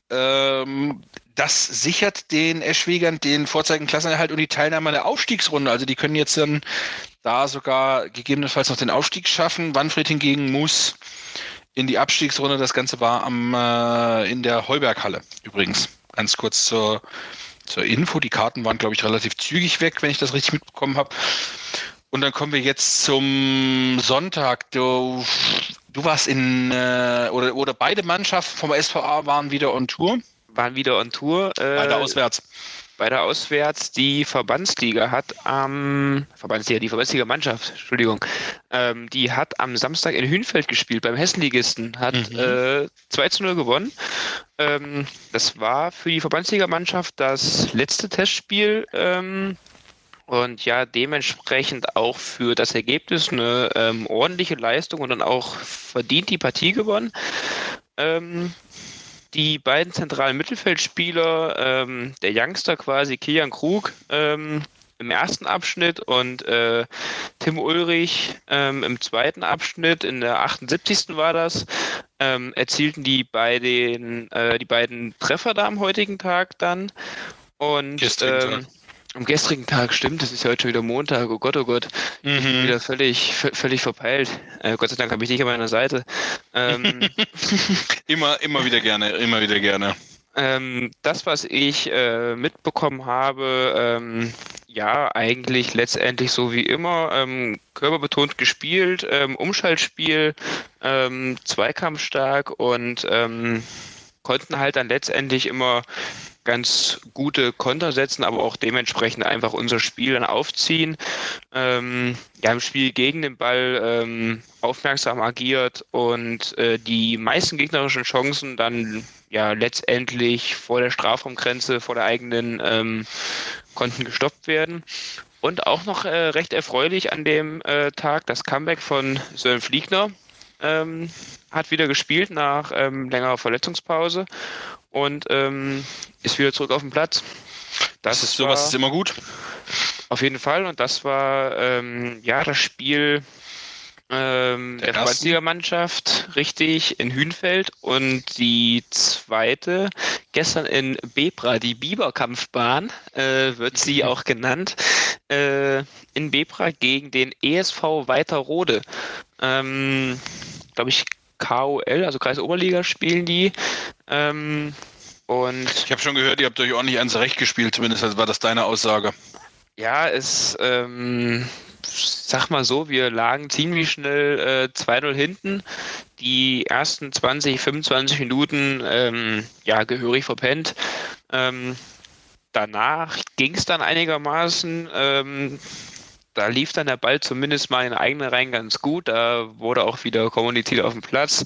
Das sichert den Eschwegern den Vorzeigenklassenerhalt und die Teilnahme an der Aufstiegsrunde. Also die können jetzt dann da sogar gegebenenfalls noch den Aufstieg schaffen. Wanfried hingegen muss in die Abstiegsrunde. Das Ganze war in der Heuberghalle übrigens. Ganz kurz zur Info. Die Karten waren, glaube ich, relativ zügig weg, wenn ich das richtig mitbekommen habe. Und dann kommen wir jetzt zum Sonntag. Du warst oder beide Mannschaften vom SVA waren wieder on Tour.
Beide
auswärts.
Beide auswärts. Die Verbandsliga-Mannschaft, Entschuldigung, die hat am Samstag in Hünfeld gespielt, beim Hessenligisten, hat 2-0 gewonnen. Das war für die Verbandsliga-Mannschaft das letzte Testspiel und ja, dementsprechend auch für das Ergebnis eine ordentliche Leistung und dann auch verdient die Partie gewonnen. Die beiden zentralen Mittelfeldspieler, der Youngster quasi, Kilian Krug im ersten Abschnitt und Tim Ulrich im zweiten Abschnitt, in der 78. war das, erzielten die beiden Treffer da am heutigen Tag dann. Und am gestrigen Tag, stimmt, das ist ja heute schon wieder Montag, oh Gott, ich bin wieder völlig verpeilt. Gott sei Dank habe ich dich an meiner Seite.
Immer wieder gerne.
Das, was ich mitbekommen habe, ja, eigentlich letztendlich so wie immer, körperbetont gespielt, Umschaltspiel, zweikampfstark und konnten halt dann letztendlich immer ganz gute Konter setzen, aber auch dementsprechend einfach unser Spiel dann aufziehen. Im Spiel gegen den Ball aufmerksam agiert und die meisten gegnerischen Chancen dann ja letztendlich vor der Strafraumgrenze, vor der eigenen konnten gestoppt werden. Und auch noch recht erfreulich an dem Tag das Comeback von Sören Fliegner. Hat wieder gespielt nach längerer Verletzungspause und ist wieder zurück auf den Platz.
Sowas ist immer gut.
Auf jeden Fall. Und das war das Spiel der Verbandsliga-Mannschaft, richtig, in Hünfeld. Und die zweite, gestern in Bebra, die Biberkampfbahn, wird sie auch genannt, in Bebra gegen den ESV Weiterrode. Glaube ich, KOL, also Kreisoberliga spielen die. Und
ich habe schon gehört, ihr habt euch ordentlich ans Recht gespielt, zumindest war das deine Aussage.
Ja, sag mal so, wir lagen ziemlich schnell 2-0 hinten. Die ersten 20, 25 Minuten gehörig verpennt. Danach ging es dann einigermaßen. Da lief dann der Ball zumindest mal in eigene Reihen ganz gut. Da wurde auch wieder kommuniziert auf dem Platz.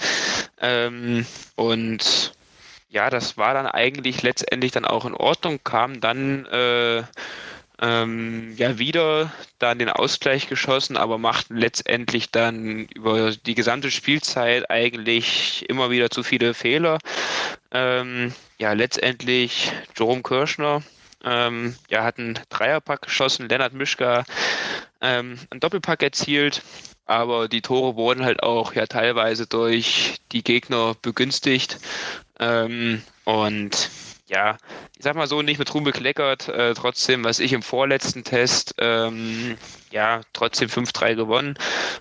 Und ja, das war dann eigentlich letztendlich dann auch in Ordnung. Kam dann wieder dann den Ausgleich geschossen, aber machten letztendlich dann über die gesamte Spielzeit eigentlich immer wieder zu viele Fehler. Letztendlich Jerome Kirschner hat einen Dreierpack geschossen, Lennart Mischka einen Doppelpack erzielt, aber die Tore wurden halt auch teilweise durch die Gegner begünstigt und ja, ich sag mal so, nicht mit Ruhm bekleckert, trotzdem, was ich im vorletzten Test, trotzdem 5-3 gewonnen.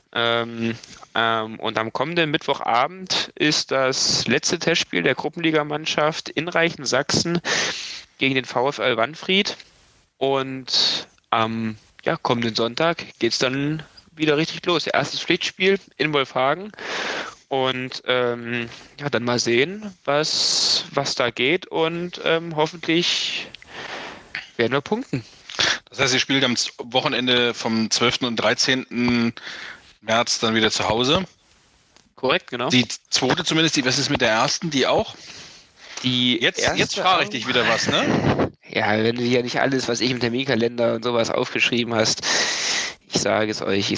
Und am kommenden Mittwochabend ist das letzte Testspiel der Gruppenligamannschaft in Reichensaxen gegen den VfL Wanfried. Und am kommenden Sonntag geht es dann wieder richtig los. Erstes Pflichtspiel in Wolfhagen. Und dann mal sehen, was da geht und hoffentlich werden wir punkten.
Das heißt, ihr spielt am Wochenende vom 12. und 13. März dann wieder zu Hause.
Korrekt, genau.
Die zweite zumindest, was ist mit der ersten, die auch? Jetzt frage ich dich wieder was, ne?
Ja, wenn du ja nicht alles, was ich im Terminkalender und sowas aufgeschrieben hast. Ich sage es euch.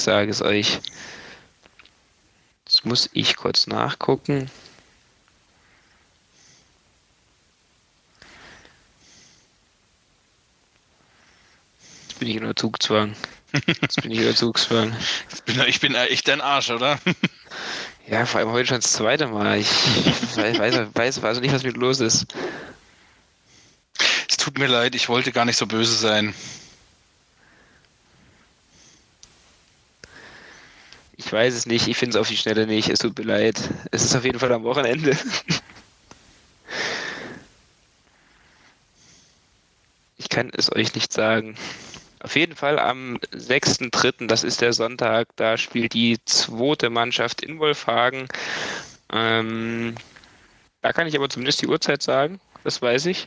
Jetzt muss ich kurz nachgucken. Jetzt bin ich unter Zugzwang.
Ich bin echt dein Arsch, oder?
Ja, vor allem heute schon das zweite Mal. Ich weiß also nicht, was mit los ist.
Es tut mir leid, ich wollte gar nicht so böse sein.
Ich weiß es nicht, ich finde es auf die Schnelle nicht, es tut mir leid. Es ist auf jeden Fall am Wochenende. Ich kann es euch nicht sagen. Auf jeden Fall am 6.3., das ist der Sonntag, da spielt die zweite Mannschaft in Wolfhagen. Da kann ich aber zumindest die Uhrzeit sagen, das weiß ich.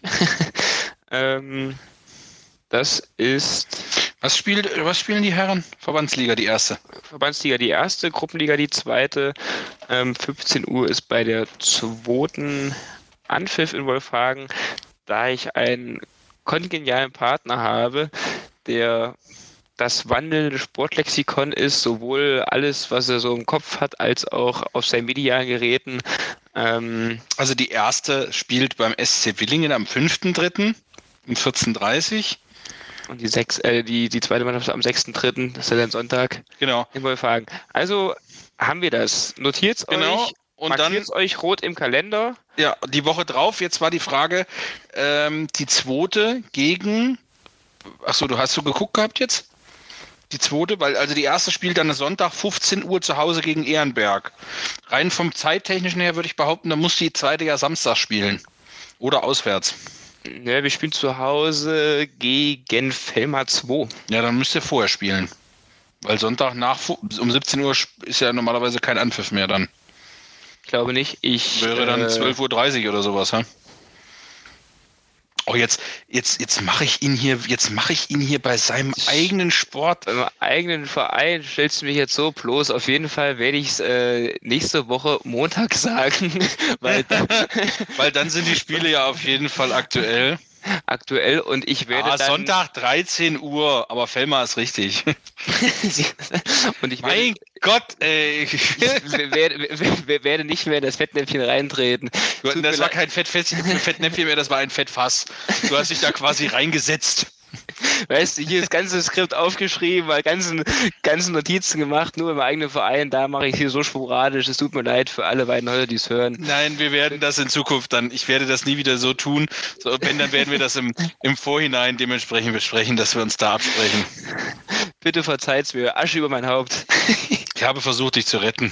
Das ist...
Was spielen die Herren? Verbandsliga, die erste.
Verbandsliga, die erste, Gruppenliga, die zweite. 15 Uhr ist bei der zweiten Anpfiff in Wolfhagen. Da ich einen kongenialen Partner habe, der das wandelnde Sportlexikon ist, sowohl alles, was er so im Kopf hat, als auch auf seinen medialen Geräten.
Also die erste spielt beim SC Villingen am 5.3. um 14:30 Uhr.
Und die zweite Mannschaft am 6.3., das ist ja dann Sonntag,
genau,
in Wolfhagen. Also haben wir das. Notiert's euch. Und markiert's euch rot im Kalender.
Ja, die Woche drauf, jetzt war die Frage, die zweite gegen... Achso, hast du geguckt gehabt jetzt? Die zweite, weil also die erste spielt dann Sonntag 15 Uhr zu Hause gegen Ehrenberg. Rein vom Zeittechnischen her würde ich behaupten, da muss die zweite ja Samstag spielen. Oder auswärts.
Ja, wir spielen zu Hause gegen Velmar 2.
Ja, dann müsst ihr vorher spielen. Weil Sonntag um 17 Uhr ist ja normalerweise kein Anpfiff mehr dann.
Ich glaube nicht.
Wäre dann 12:30 Uhr oder sowas, ha? Oh, jetzt mache ich ihn hier bei seinem eigenen Sport.
Beim eigenen Verein stellst du mich jetzt so bloß. Auf jeden Fall werde ich es nächste Woche Montag sagen. Weil
dann sind die Spiele ja auf jeden Fall aktuell.
Und ich werde dann...
Sonntag 13 Uhr, aber Velmar ist richtig.
Und ich
mein Gott, ey.
Ich werde nicht mehr in das Fettnäpfchen reintreten.
Das war kein Fettnäpfchen mehr, das war ein Fettfass. Du hast dich da quasi reingesetzt.
Weißt du, hier das ganze Skript aufgeschrieben, weil ganzen Notizen gemacht, nur im eigenen Verein, da mache ich hier so sporadisch, es tut mir leid für alle beiden Leute, die es hören.
Nein, wir werden das in Zukunft ich werde das nie wieder so tun, wenn, dann werden wir das im Vorhinein dementsprechend besprechen, dass wir uns da absprechen.
Bitte verzeiht's mir, Asche über mein Haupt.
Ich habe versucht, dich zu retten.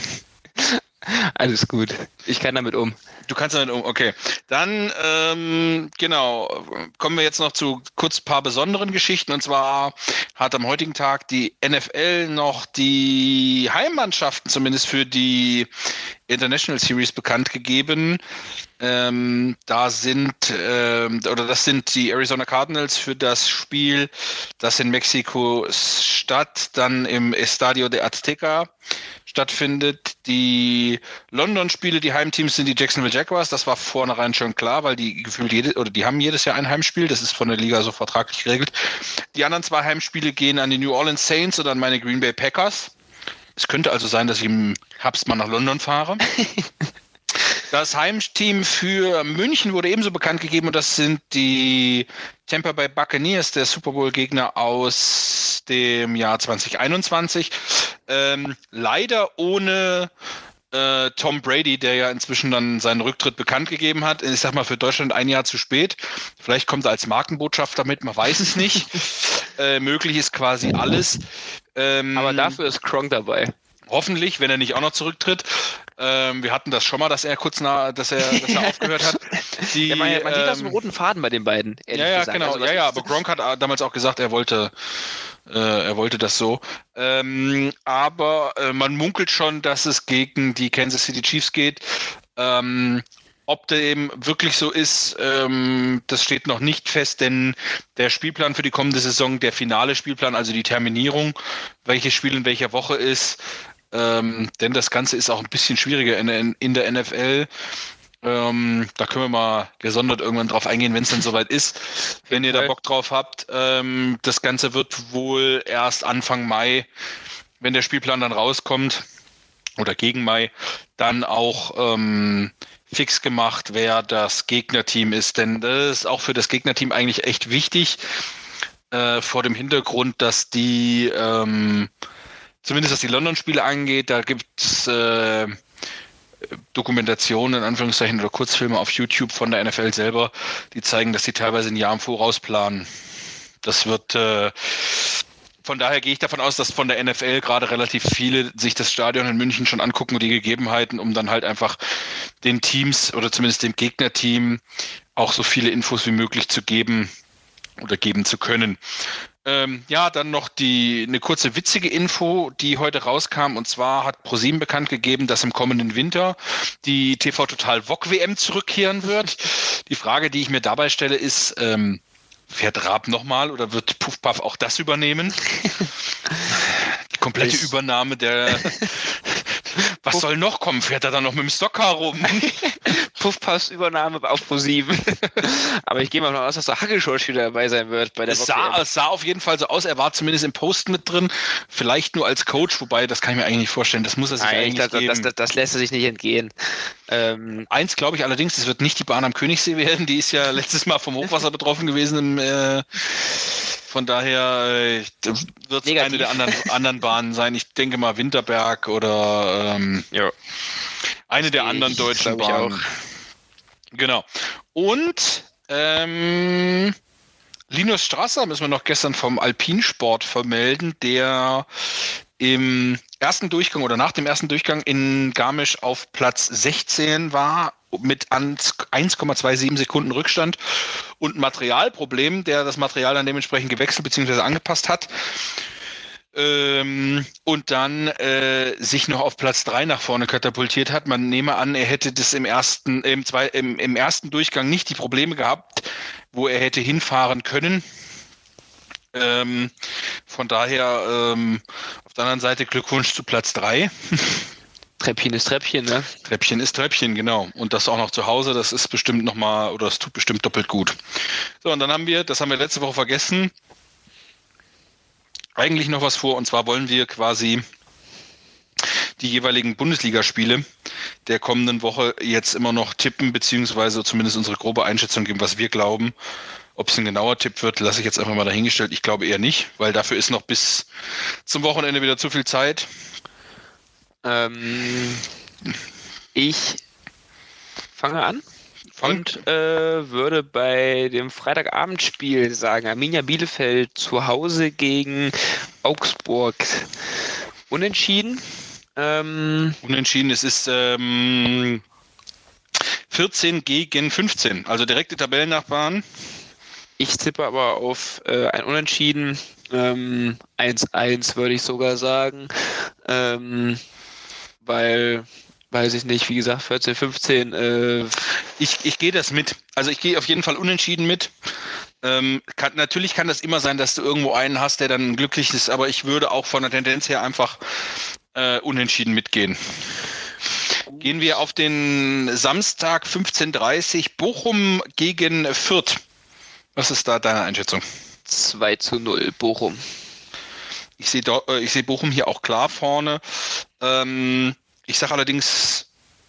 Alles gut, ich kann damit um.
Du kannst damit um, okay. Dann, kommen wir jetzt noch zu kurz ein paar besonderen Geschichten. Und zwar hat am heutigen Tag die NFL noch die Heimmannschaften zumindest für die International Series bekannt gegeben. Das sind die Arizona Cardinals für das Spiel, das in Mexiko-Stadt dann im Estadio de Azteca stattfindet. Die London-Spiele, die Heimteams sind die Jacksonville Jaguars. Das war vornherein schon klar, weil die die haben jedes Jahr ein Heimspiel. Das ist von der Liga so vertraglich geregelt. Die anderen 2 Heimspiele gehen an die New Orleans Saints oder an meine Green Bay Packers. Es könnte also sein, dass ich im Herbst mal nach London fahre. Das Heimteam für München wurde ebenso bekannt gegeben und das sind die Tampa Bay Buccaneers, der Super Bowl-Gegner aus dem Jahr 2021. Leider ohne Tom Brady, der ja inzwischen dann seinen Rücktritt bekannt gegeben hat. Ich sag mal, für Deutschland ein Jahr zu spät. Vielleicht kommt er als Markenbotschafter mit, man weiß es nicht. Möglich ist quasi alles.
Aber dafür ist Gronk dabei.
Hoffentlich, wenn er nicht auch noch zurücktritt. Wir hatten das schon mal, dass er aufgehört hat.
Man sieht da so einen roten Faden bei den beiden.
Ja, gesagt. Genau. Also, aber Gronk hat damals auch gesagt, er wollte das so. Aber man munkelt schon, dass es gegen die Kansas City Chiefs geht. Ob der eben wirklich so ist, das steht noch nicht fest, denn der Spielplan für die kommende Saison, der finale Spielplan, also die Terminierung, welches Spiel in welcher Woche ist, denn das Ganze ist auch ein bisschen schwieriger in der NFL. Da können wir mal gesondert irgendwann drauf eingehen, wenn es dann soweit ist. Wenn ihr da Bock drauf habt. Das Ganze wird wohl erst Anfang Mai, wenn der Spielplan dann rauskommt, oder gegen Mai, dann auch fix gemacht, wer das Gegnerteam ist. Denn das ist auch für das Gegnerteam eigentlich echt wichtig, vor dem Hintergrund, dass die, zumindest was die London-Spiele angeht, da gibt es Dokumentationen, in Anführungszeichen, oder Kurzfilme auf YouTube von der NFL selber, die zeigen, dass sie teilweise ein Jahr im Voraus planen. Das wird, von daher gehe ich davon aus, dass von der NFL gerade relativ viele sich das Stadion in München schon angucken und die Gegebenheiten, um dann halt einfach den Teams oder zumindest dem Gegnerteam auch so viele Infos wie möglich zu geben oder geben zu können. Dann noch eine kurze witzige Info, die heute rauskam, und zwar hat ProSieben bekannt gegeben, dass im kommenden Winter die TV Total VOG WM zurückkehren wird. Die Frage, die ich mir dabei stelle, ist, fährt Raab nochmal oder wird Puff Puff auch das übernehmen? Die komplette Übernahme der... Was soll noch kommen? Fährt er dann noch mit dem Stockcar rum?
Puffpass-Übernahme auf ProSieben. Aber ich gehe mal davon aus, dass der Hackelschorsch wieder dabei sein wird bei der
Es sah auf jeden Fall so aus. Er war zumindest im Post mit drin. Vielleicht nur als Coach, wobei, das kann ich mir eigentlich nicht vorstellen. Das muss er sich eigentlich geben.
Das lässt er sich nicht entgehen.
Eins glaube ich allerdings, es wird nicht die Bahn am Königssee werden. Die ist ja letztes Mal vom Hochwasser betroffen gewesen. Von daher wird es eine der anderen Bahnen sein. Ich denke mal Winterberg oder eine der anderen deutschen Bahnen. Genau. Und Linus Strasser müssen wir noch gestern vom Alpinsport vermelden, der im ersten Durchgang oder nach dem ersten Durchgang in Garmisch auf Platz 16 war, mit 1,27 Sekunden Rückstand und ein Materialproblem, der das Material dann dementsprechend gewechselt bzw. angepasst hat. Und dann sich noch auf Platz 3 nach vorne katapultiert hat. Man nehme an, er hätte das im ersten Durchgang nicht die Probleme gehabt, wo er hätte hinfahren können. Von daher auf der anderen Seite Glückwunsch zu Platz 3.
Treppchen ist Treppchen, ne?
Treppchen ist Treppchen, genau. Und das auch noch zu Hause, das ist bestimmt nochmal, oder das tut bestimmt doppelt gut. So, und dann haben wir letzte Woche vergessen, eigentlich noch was vor, und zwar wollen wir quasi die jeweiligen Bundesligaspiele der kommenden Woche jetzt immer noch tippen, beziehungsweise zumindest unsere grobe Einschätzung geben, was wir glauben. Ob es ein genauer Tipp wird, lasse ich jetzt einfach mal dahingestellt. Ich glaube eher nicht, weil dafür ist noch bis zum Wochenende wieder zu viel Zeit.
Ich fange an und würde bei dem Freitagabendspiel sagen, Arminia Bielefeld zu Hause gegen Augsburg unentschieden.
Unentschieden, es ist 14 gegen 15, also direkte Tabellennachbarn.
Ich tippe aber auf ein Unentschieden, 1-1 würde ich sogar sagen, weil, weiß ich nicht, wie gesagt, 14, 15.
Ich gehe das mit. Also ich gehe auf jeden Fall unentschieden mit. Natürlich kann das immer sein, dass du irgendwo einen hast, der dann glücklich ist, aber ich würde auch von der Tendenz her einfach unentschieden mitgehen. Gehen wir auf den Samstag 15:30 Bochum gegen Fürth. Was ist da deine Einschätzung?
2-0 Bochum.
Ich sehe Bochum hier auch klar vorne. Ich sage allerdings,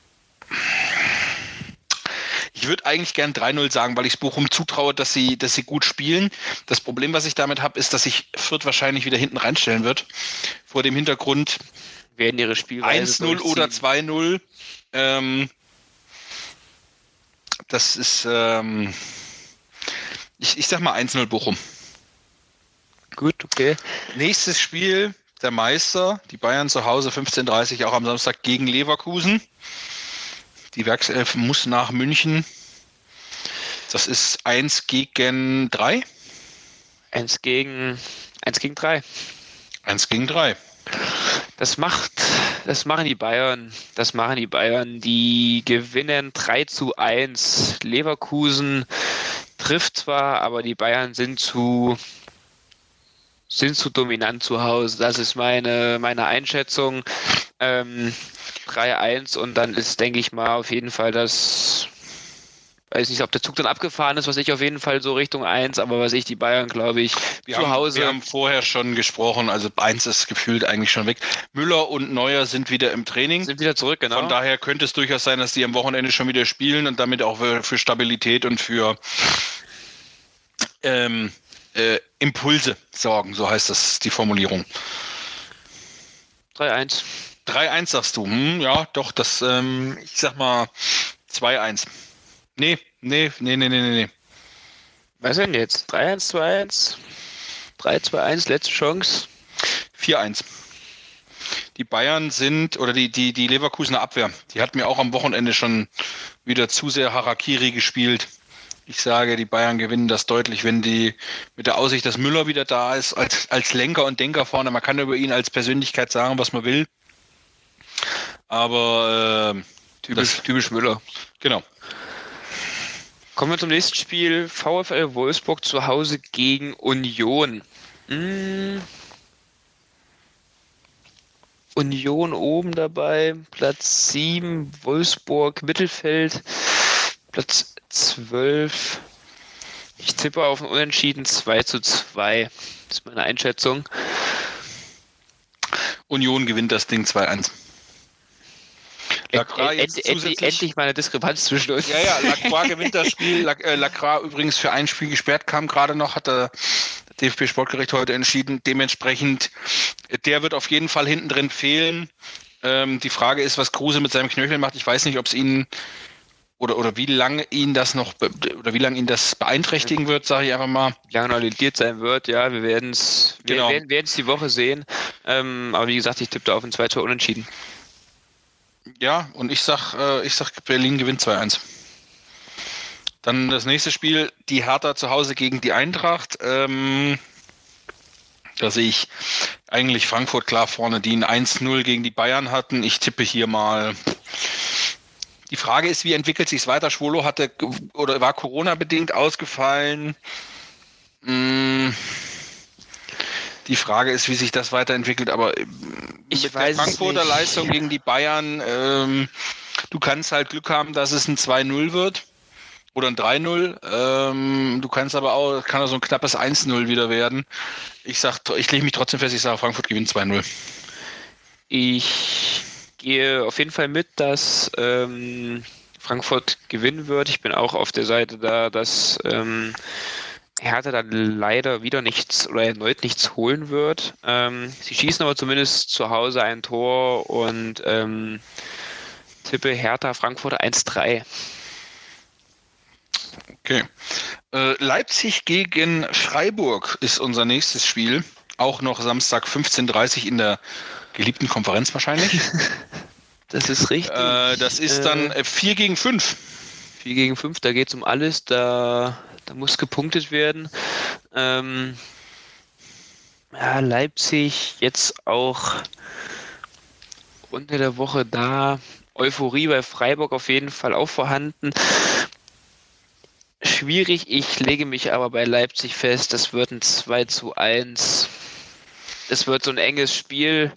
ich würde eigentlich gern 3-0 sagen, weil ich es Bochum zutraue, dass sie gut spielen. Das Problem, was ich damit habe, ist, dass sich Fürth wahrscheinlich wieder hinten reinstellen wird. Vor dem Hintergrund
werden ihre Spielweise
1-0 oder 2-0. Das ist, ich sag mal 1-0 Bochum.
Gut, okay.
Nächstes Spiel, der Meister, die Bayern zu Hause, 15:30 auch am Samstag gegen Leverkusen. Die Werkself muss nach München. Das ist 1 gegen 3.
1 gegen 3.
1 gegen 3.
Das machen die Bayern. Die gewinnen 3-1. Leverkusen trifft zwar, aber die Bayern sind zu sind zu dominant zu Hause. Das ist meine Einschätzung. 3-1 und dann ist, denke ich mal, auf jeden Fall das, weiß nicht, ob der Zug dann abgefahren ist, was ich auf jeden Fall so Richtung 1, aber was ich, die Bayern, glaube ich, zu Hause.
Wir haben vorher schon gesprochen, also 1 ist gefühlt eigentlich schon weg. Müller und Neuer sind wieder im Training.
Sind wieder zurück, genau.
Von daher könnte es durchaus sein, dass die am Wochenende schon wieder spielen und damit auch für Stabilität und für Impulse sorgen, so heißt das die Formulierung.
3-1.
3-1 sagst du? Ja, doch, das, ich sag mal 2-1. Nee.
Was denn jetzt? 3-1, 2-1? 3-2-1, letzte Chance?
4-1. Die Bayern sind, oder die Leverkusener Abwehr, die hat mir auch am Wochenende schon wieder zu sehr Harakiri gespielt. Ich sage, die Bayern gewinnen das deutlich, wenn die mit der Aussicht, dass Müller wieder da ist, als Lenker und Denker vorne. Man kann über ihn als Persönlichkeit sagen, was man will. Aber
typisch Müller.
Genau.
Kommen wir zum nächsten Spiel. VfL Wolfsburg zu Hause gegen Union. Union oben dabei, Platz 7, Wolfsburg Mittelfeld, Platz 12. Ich tippe auf ein Unentschieden 2-2. Das ist meine Einschätzung.
Union gewinnt das Ding 2-1.
Endlich mal eine Diskrepanz zwischen uns.
Ja, Lacroix gewinnt das Spiel. Lacroix übrigens für ein Spiel gesperrt, kam gerade noch, hat der DFB-Sportgericht heute entschieden. Dementsprechend, der wird auf jeden Fall hinten drin fehlen. Die Frage ist, was Kruse mit seinem Knöchel macht. Ich weiß nicht, ob es ihn oder wie lange ihn das beeinträchtigen wird, sage ich einfach mal.
Wie lange noch limitiert sein wird, ja, wir werden es die Woche sehen. Aber wie gesagt, ich tippe da auf ein 2-2 Unentschieden.
Ja, und ich sag Berlin gewinnt 2-1. Dann das nächste Spiel, die Hertha zu Hause gegen die Eintracht. Da sehe ich eigentlich Frankfurt klar vorne, die ein 1-0 gegen die Bayern hatten. Ich tippe hier mal. Die Frage ist, wie entwickelt sich es weiter? Schwolo war Corona-bedingt ausgefallen. Die Frage ist, wie sich das weiterentwickelt, aber mit der Frankfurter Leistung gegen die Bayern, du kannst halt Glück haben, dass es ein 2-0 wird oder ein 3-0. Du kannst aber auch, kann auch so ein knappes 1-0 wieder werden. Ich lege mich trotzdem fest, ich sage, Frankfurt gewinnt 2-0.
Ich gehe auf jeden Fall mit, dass Frankfurt gewinnen wird. Ich bin auch auf der Seite da, dass Hertha dann leider wieder nichts oder erneut nichts holen wird. Sie schießen aber zumindest zu Hause ein Tor und tippe Hertha Frankfurt 1-3.
Okay. Leipzig gegen Freiburg ist unser nächstes Spiel. Auch noch Samstag 15:30 Uhr in der geliebten Konferenz wahrscheinlich.
Das ist richtig.
Das ist dann 4 gegen 5.
4 gegen 5, da geht es um alles. Da muss gepunktet werden. Leipzig jetzt auch unter der Woche da. Euphorie bei Freiburg auf jeden Fall auch vorhanden. Schwierig, ich lege mich aber bei Leipzig fest, das wird ein 2-1. Es wird so ein enges Spiel,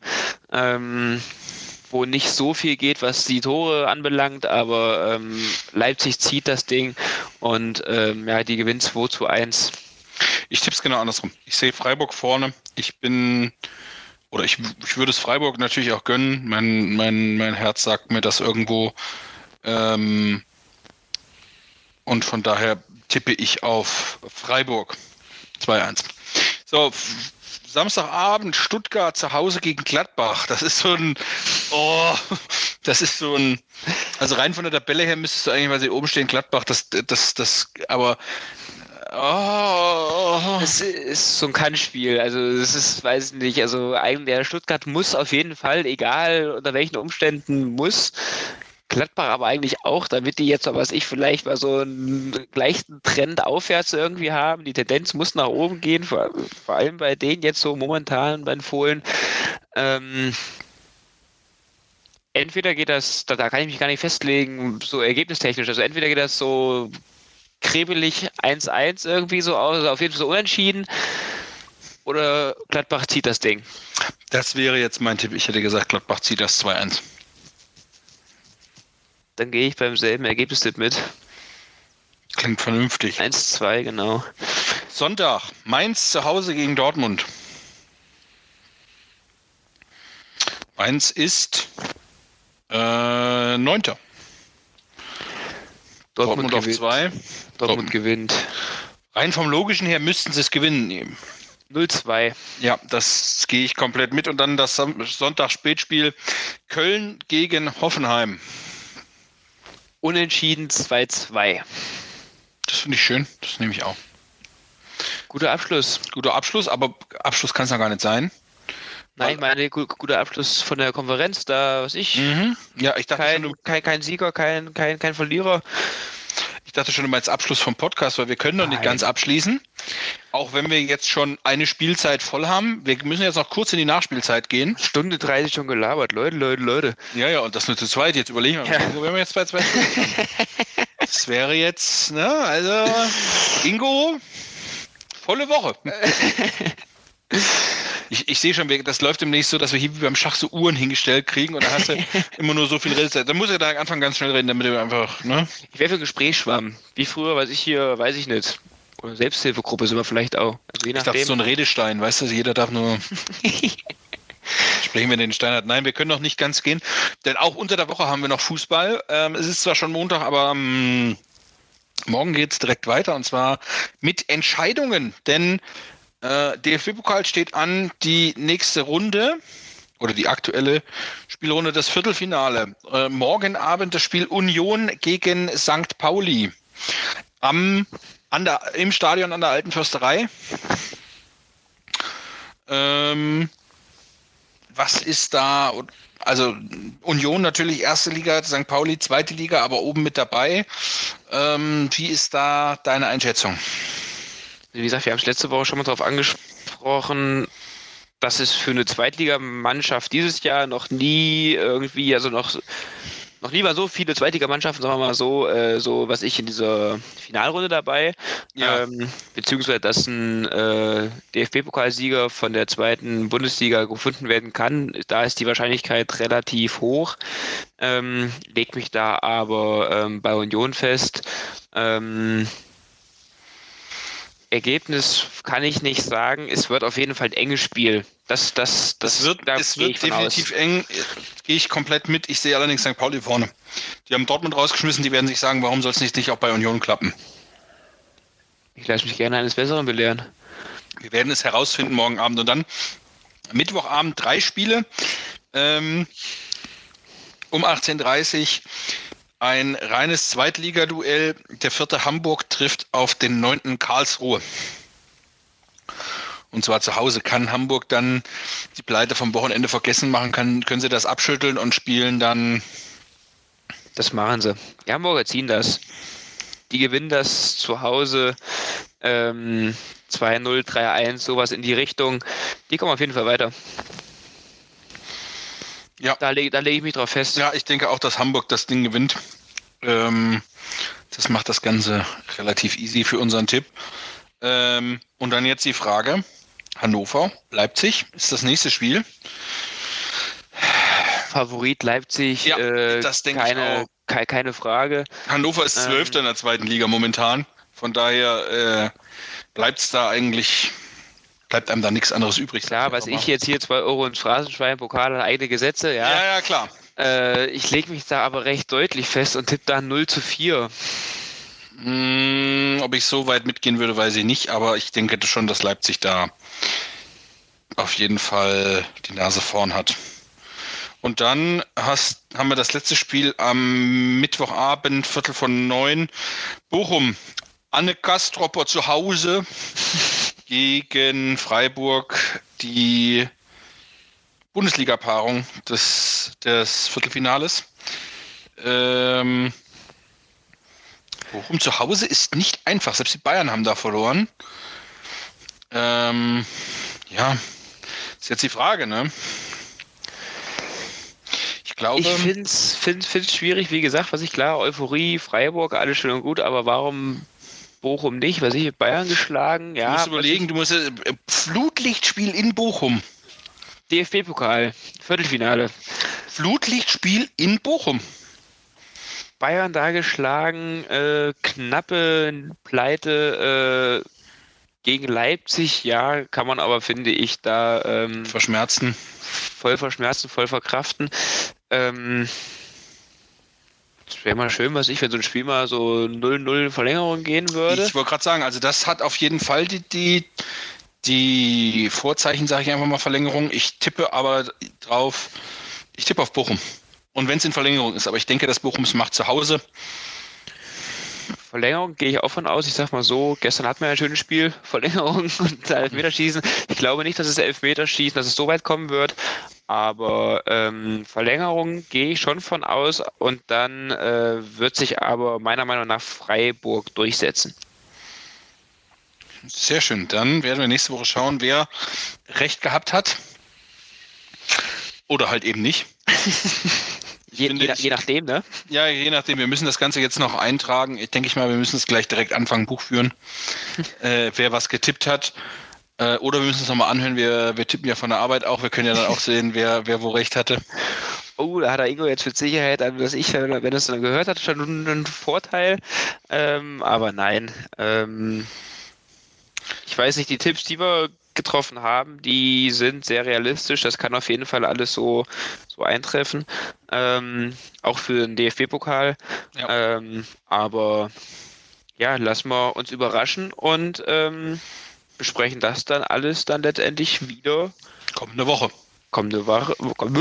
wo nicht so viel geht, was die Tore anbelangt, aber Leipzig zieht das Ding und die gewinnt 2-1.
Ich tippe es genau andersrum. Ich sehe Freiburg vorne. Ich würde es Freiburg natürlich auch gönnen. Mein Herz sagt mir das irgendwo. Und von daher tippe ich auf Freiburg 2-1. So, Samstagabend Stuttgart zu Hause gegen Gladbach. Das ist also rein von der Tabelle her müsstest du eigentlich, weil sie oben stehen, Gladbach, das ist
so ein Kannspiel, also es ist, weiß ich nicht, also eigentlich der Stuttgart muss auf jeden Fall, egal unter welchen Umständen muss, Gladbach aber eigentlich auch, damit die jetzt, vielleicht mal so einen gleichen Trend aufwärts irgendwie haben. Die Tendenz muss nach oben gehen, vor allem bei denen jetzt so momentan bei den Fohlen. Entweder geht das, da kann ich mich gar nicht festlegen, so ergebnistechnisch, also entweder geht das so krebelig 1-1 irgendwie so aus, also auf jeden Fall so unentschieden. oder Gladbach zieht das Ding?
Das wäre jetzt mein Tipp. Ich hätte gesagt, Gladbach zieht das 2-1.
Dann gehe ich beim selben Ergebnistipp mit.
Klingt vernünftig.
1-2, genau.
Sonntag, Mainz zu Hause gegen Dortmund. Mainz ist 9. Dortmund auf 2.
Dortmund gewinnt.
Rein vom Logischen her müssten sie es gewinnen.
0-2.
Ja, das gehe ich komplett mit. Und dann das Sonntag-Spätspiel Köln gegen Hoffenheim.
Unentschieden 2-2.
Das finde ich schön. Das nehme ich auch.
Guter Abschluss.
Guter Abschluss, aber Abschluss kann es ja gar nicht sein.
Nein, ich meine, guter Abschluss von der Konferenz, da, was ich.
Ja, ich dachte
kein Sieger, kein Verlierer.
Ich dachte schon, du meinst Abschluss vom Podcast, weil wir können noch nicht ganz abschließen. Auch wenn wir jetzt schon eine Spielzeit voll haben. Wir müssen jetzt noch kurz in die Nachspielzeit gehen.
Stunde 30 schon gelabert. Leute.
Ja, und das nur zu zweit. Jetzt überlegen wir, wenn wir jetzt bei 2 Stunden haben. Das wäre jetzt, ne, also Ingo, volle Woche. Ich sehe schon, das läuft demnächst so, dass wir hier wie beim Schach so Uhren hingestellt kriegen und da hast du immer nur so viel Redezeit. Da muss er da anfangen ganz schnell reden, damit wir einfach, ne?
Ich wäre für ein Gesprächsschwamm. Wie früher, weiß ich nicht. Oder Selbsthilfegruppe sind wir vielleicht auch. Also je nachdem.
Ich dachte, so ein Redestein, weißt du, jeder darf nur sprechen, wenn den Stein hat. Nein, wir können noch nicht ganz gehen, denn auch unter der Woche haben wir noch Fußball. Es ist zwar schon Montag, aber morgen geht es direkt weiter und zwar mit Entscheidungen, denn DFB-Pokal steht an, die nächste Runde oder die aktuelle Spielrunde, das Viertelfinale. Morgen Abend das Spiel Union gegen St. Pauli im Stadion an der Alten Försterei. Was ist da? Also Union natürlich erste Liga, St. Pauli zweite Liga, aber oben mit dabei. Wie ist da deine Einschätzung?
Wie gesagt, wir haben es letzte Woche schon mal darauf angesprochen, dass es für eine Zweitligamannschaft dieses Jahr noch nie irgendwie, also noch nie mal so viele Zweitligamannschaften, sagen wir mal so was ich in dieser Finalrunde dabei, beziehungsweise dass ein DFB-Pokalsieger von der zweiten Bundesliga gefunden werden kann. Da ist die Wahrscheinlichkeit relativ hoch. Leg mich da aber bei Union fest. Ergebnis kann ich nicht sagen. Es wird auf jeden Fall ein enges Spiel. Es wird definitiv eng.
Gehe ich komplett mit. Ich sehe allerdings St. Pauli vorne. Die haben Dortmund rausgeschmissen. Die werden sich sagen, warum soll es nicht auch bei Union klappen?
Ich lasse mich gerne eines Besseren belehren.
Wir werden es herausfinden morgen Abend. Und dann Mittwochabend 3 Spiele. Um 18:30 Uhr ein reines Zweitligaduell. Der 4. Hamburg trifft auf den 9. Karlsruhe. Und zwar zu Hause. Kann Hamburg dann die Pleite vom Wochenende vergessen machen? Können sie das abschütteln und spielen dann?
Das machen sie. Die Hamburger ziehen das. Die gewinnen das zu Hause 2-0, 3-1, sowas in die Richtung. Die kommen auf jeden Fall weiter. Ja. Da lege ich mich drauf fest.
Ja, ich denke auch, dass Hamburg das Ding gewinnt. Das macht das Ganze relativ easy für unseren Tipp. Und dann jetzt die Frage: Hannover, Leipzig ist das nächste Spiel.
Favorit Leipzig,
das denke ich auch.
Keine Frage.
Hannover ist 12. in der zweiten Liga momentan. Von daher bleibt einem da nichts anderes übrig.
Klar, was ich jetzt hier 2 Euro ins Phrasenschwein-Pokal, eigene Gesetze, ja.
Ja, klar.
Ich lege mich da aber recht deutlich fest und tippe da 0-4.
Ob ich so weit mitgehen würde, weiß ich nicht, aber ich denke schon, dass Leipzig da auf jeden Fall die Nase vorn hat. Und dann haben wir das letzte Spiel am Mittwochabend, 8:45, Bochum. Anne Kastropper zu Hause gegen Freiburg, die Bundesliga-Paarung des Viertelfinales. Bochum zu Hause ist nicht einfach. Selbst die Bayern haben da verloren. Ist jetzt die Frage, ne? Ich
finde es schwierig, wie gesagt, Euphorie, Freiburg, alles schön und gut, aber warum Bochum nicht, weiß ich, Bayern geschlagen. Ja,
Du musst überlegen, du musst Flutlichtspiel in Bochum.
DFB-Pokal, Viertelfinale.
Flutlichtspiel in Bochum.
Bayern da geschlagen, knappe Pleite gegen Leipzig, ja, kann man aber, finde ich, da
Verschmerzen.
voll verschmerzen, voll verkraften. Es wäre mal schön, wenn so ein Spiel mal so 0-0 Verlängerung gehen würde.
Ich wollte gerade sagen, also das hat auf jeden Fall die Vorzeichen, sage ich einfach mal, Verlängerung. Ich tippe aber drauf, ich tippe auf Bochum. Und wenn es in Verlängerung ist, aber ich denke, dass Bochum es macht zu Hause.
Verlängerung gehe ich auch von aus. Ich sag mal so, gestern hatten wir ein schönes Spiel, Verlängerung und Elfmeterschießen. Ich glaube nicht, dass es Elfmeterschießen, dass es so weit kommen wird. Aber Verlängerung gehe ich schon von aus und dann wird sich aber meiner Meinung nach Freiburg durchsetzen.
Sehr schön. Dann werden wir nächste Woche schauen, wer recht gehabt hat. Oder halt eben nicht.
Je nachdem, ne?
Ja, je nachdem. Wir müssen das Ganze jetzt noch eintragen. Ich denke mal, wir müssen es gleich direkt anfangen, Buch führen. Wer was getippt hat. Oder wir müssen es nochmal anhören. Wir tippen ja von der Arbeit auch. Wir können ja dann auch sehen, wer wo recht hatte.
Oh, da hat der Ingo jetzt mit Sicherheit, wenn er es dann gehört hat, schon einen Vorteil. Aber nein. Ich weiß nicht, die Tipps, die wir getroffen haben, die sind sehr realistisch. Das kann auf jeden Fall alles so eintreffen. Auch für den DFB-Pokal. Ja. Aber ja, lassen wir uns überraschen und besprechen das dann alles dann letztendlich wieder
kommende Woche.
Kommende Woche,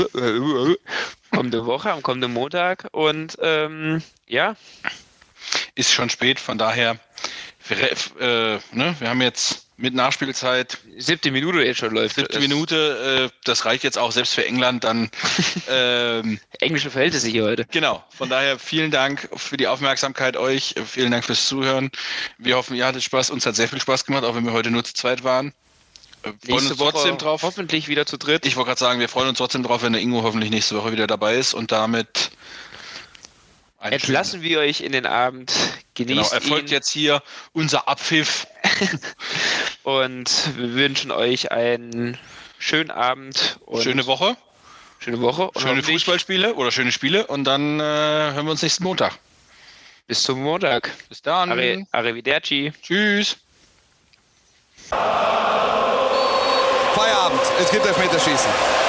am kommenden Montag. Und ja.
Ist schon spät, von daher wir haben jetzt mit Nachspielzeit
7. Minute jetzt schon läuft.
7. Minute, das reicht jetzt auch selbst für England dann.
Englische Verhältnisse hier heute.
Genau, von daher vielen Dank für die Aufmerksamkeit euch, vielen Dank fürs Zuhören. Wir hoffen, ihr hattet Spaß, uns hat sehr viel Spaß gemacht, auch wenn wir heute nur zu zweit waren.
Freuen uns trotzdem drauf. Hoffentlich wieder zu dritt.
Ich wollte gerade sagen, wir freuen uns trotzdem drauf, wenn der Ingo hoffentlich nächste Woche wieder dabei ist und damit
entlassen wir euch in den Abend. Genießt
genau, erfolgt jetzt hier unser Abpfiff.
Und wir wünschen euch einen schönen Abend. Und
schöne Woche.
Und
schöne Fußballspiele oder schöne Spiele. Und dann hören wir uns nächsten Montag.
Bis zum Montag.
Bis dann.
Arrivederci.
Tschüss.
Feierabend. Es gibt Elfmeterschießen.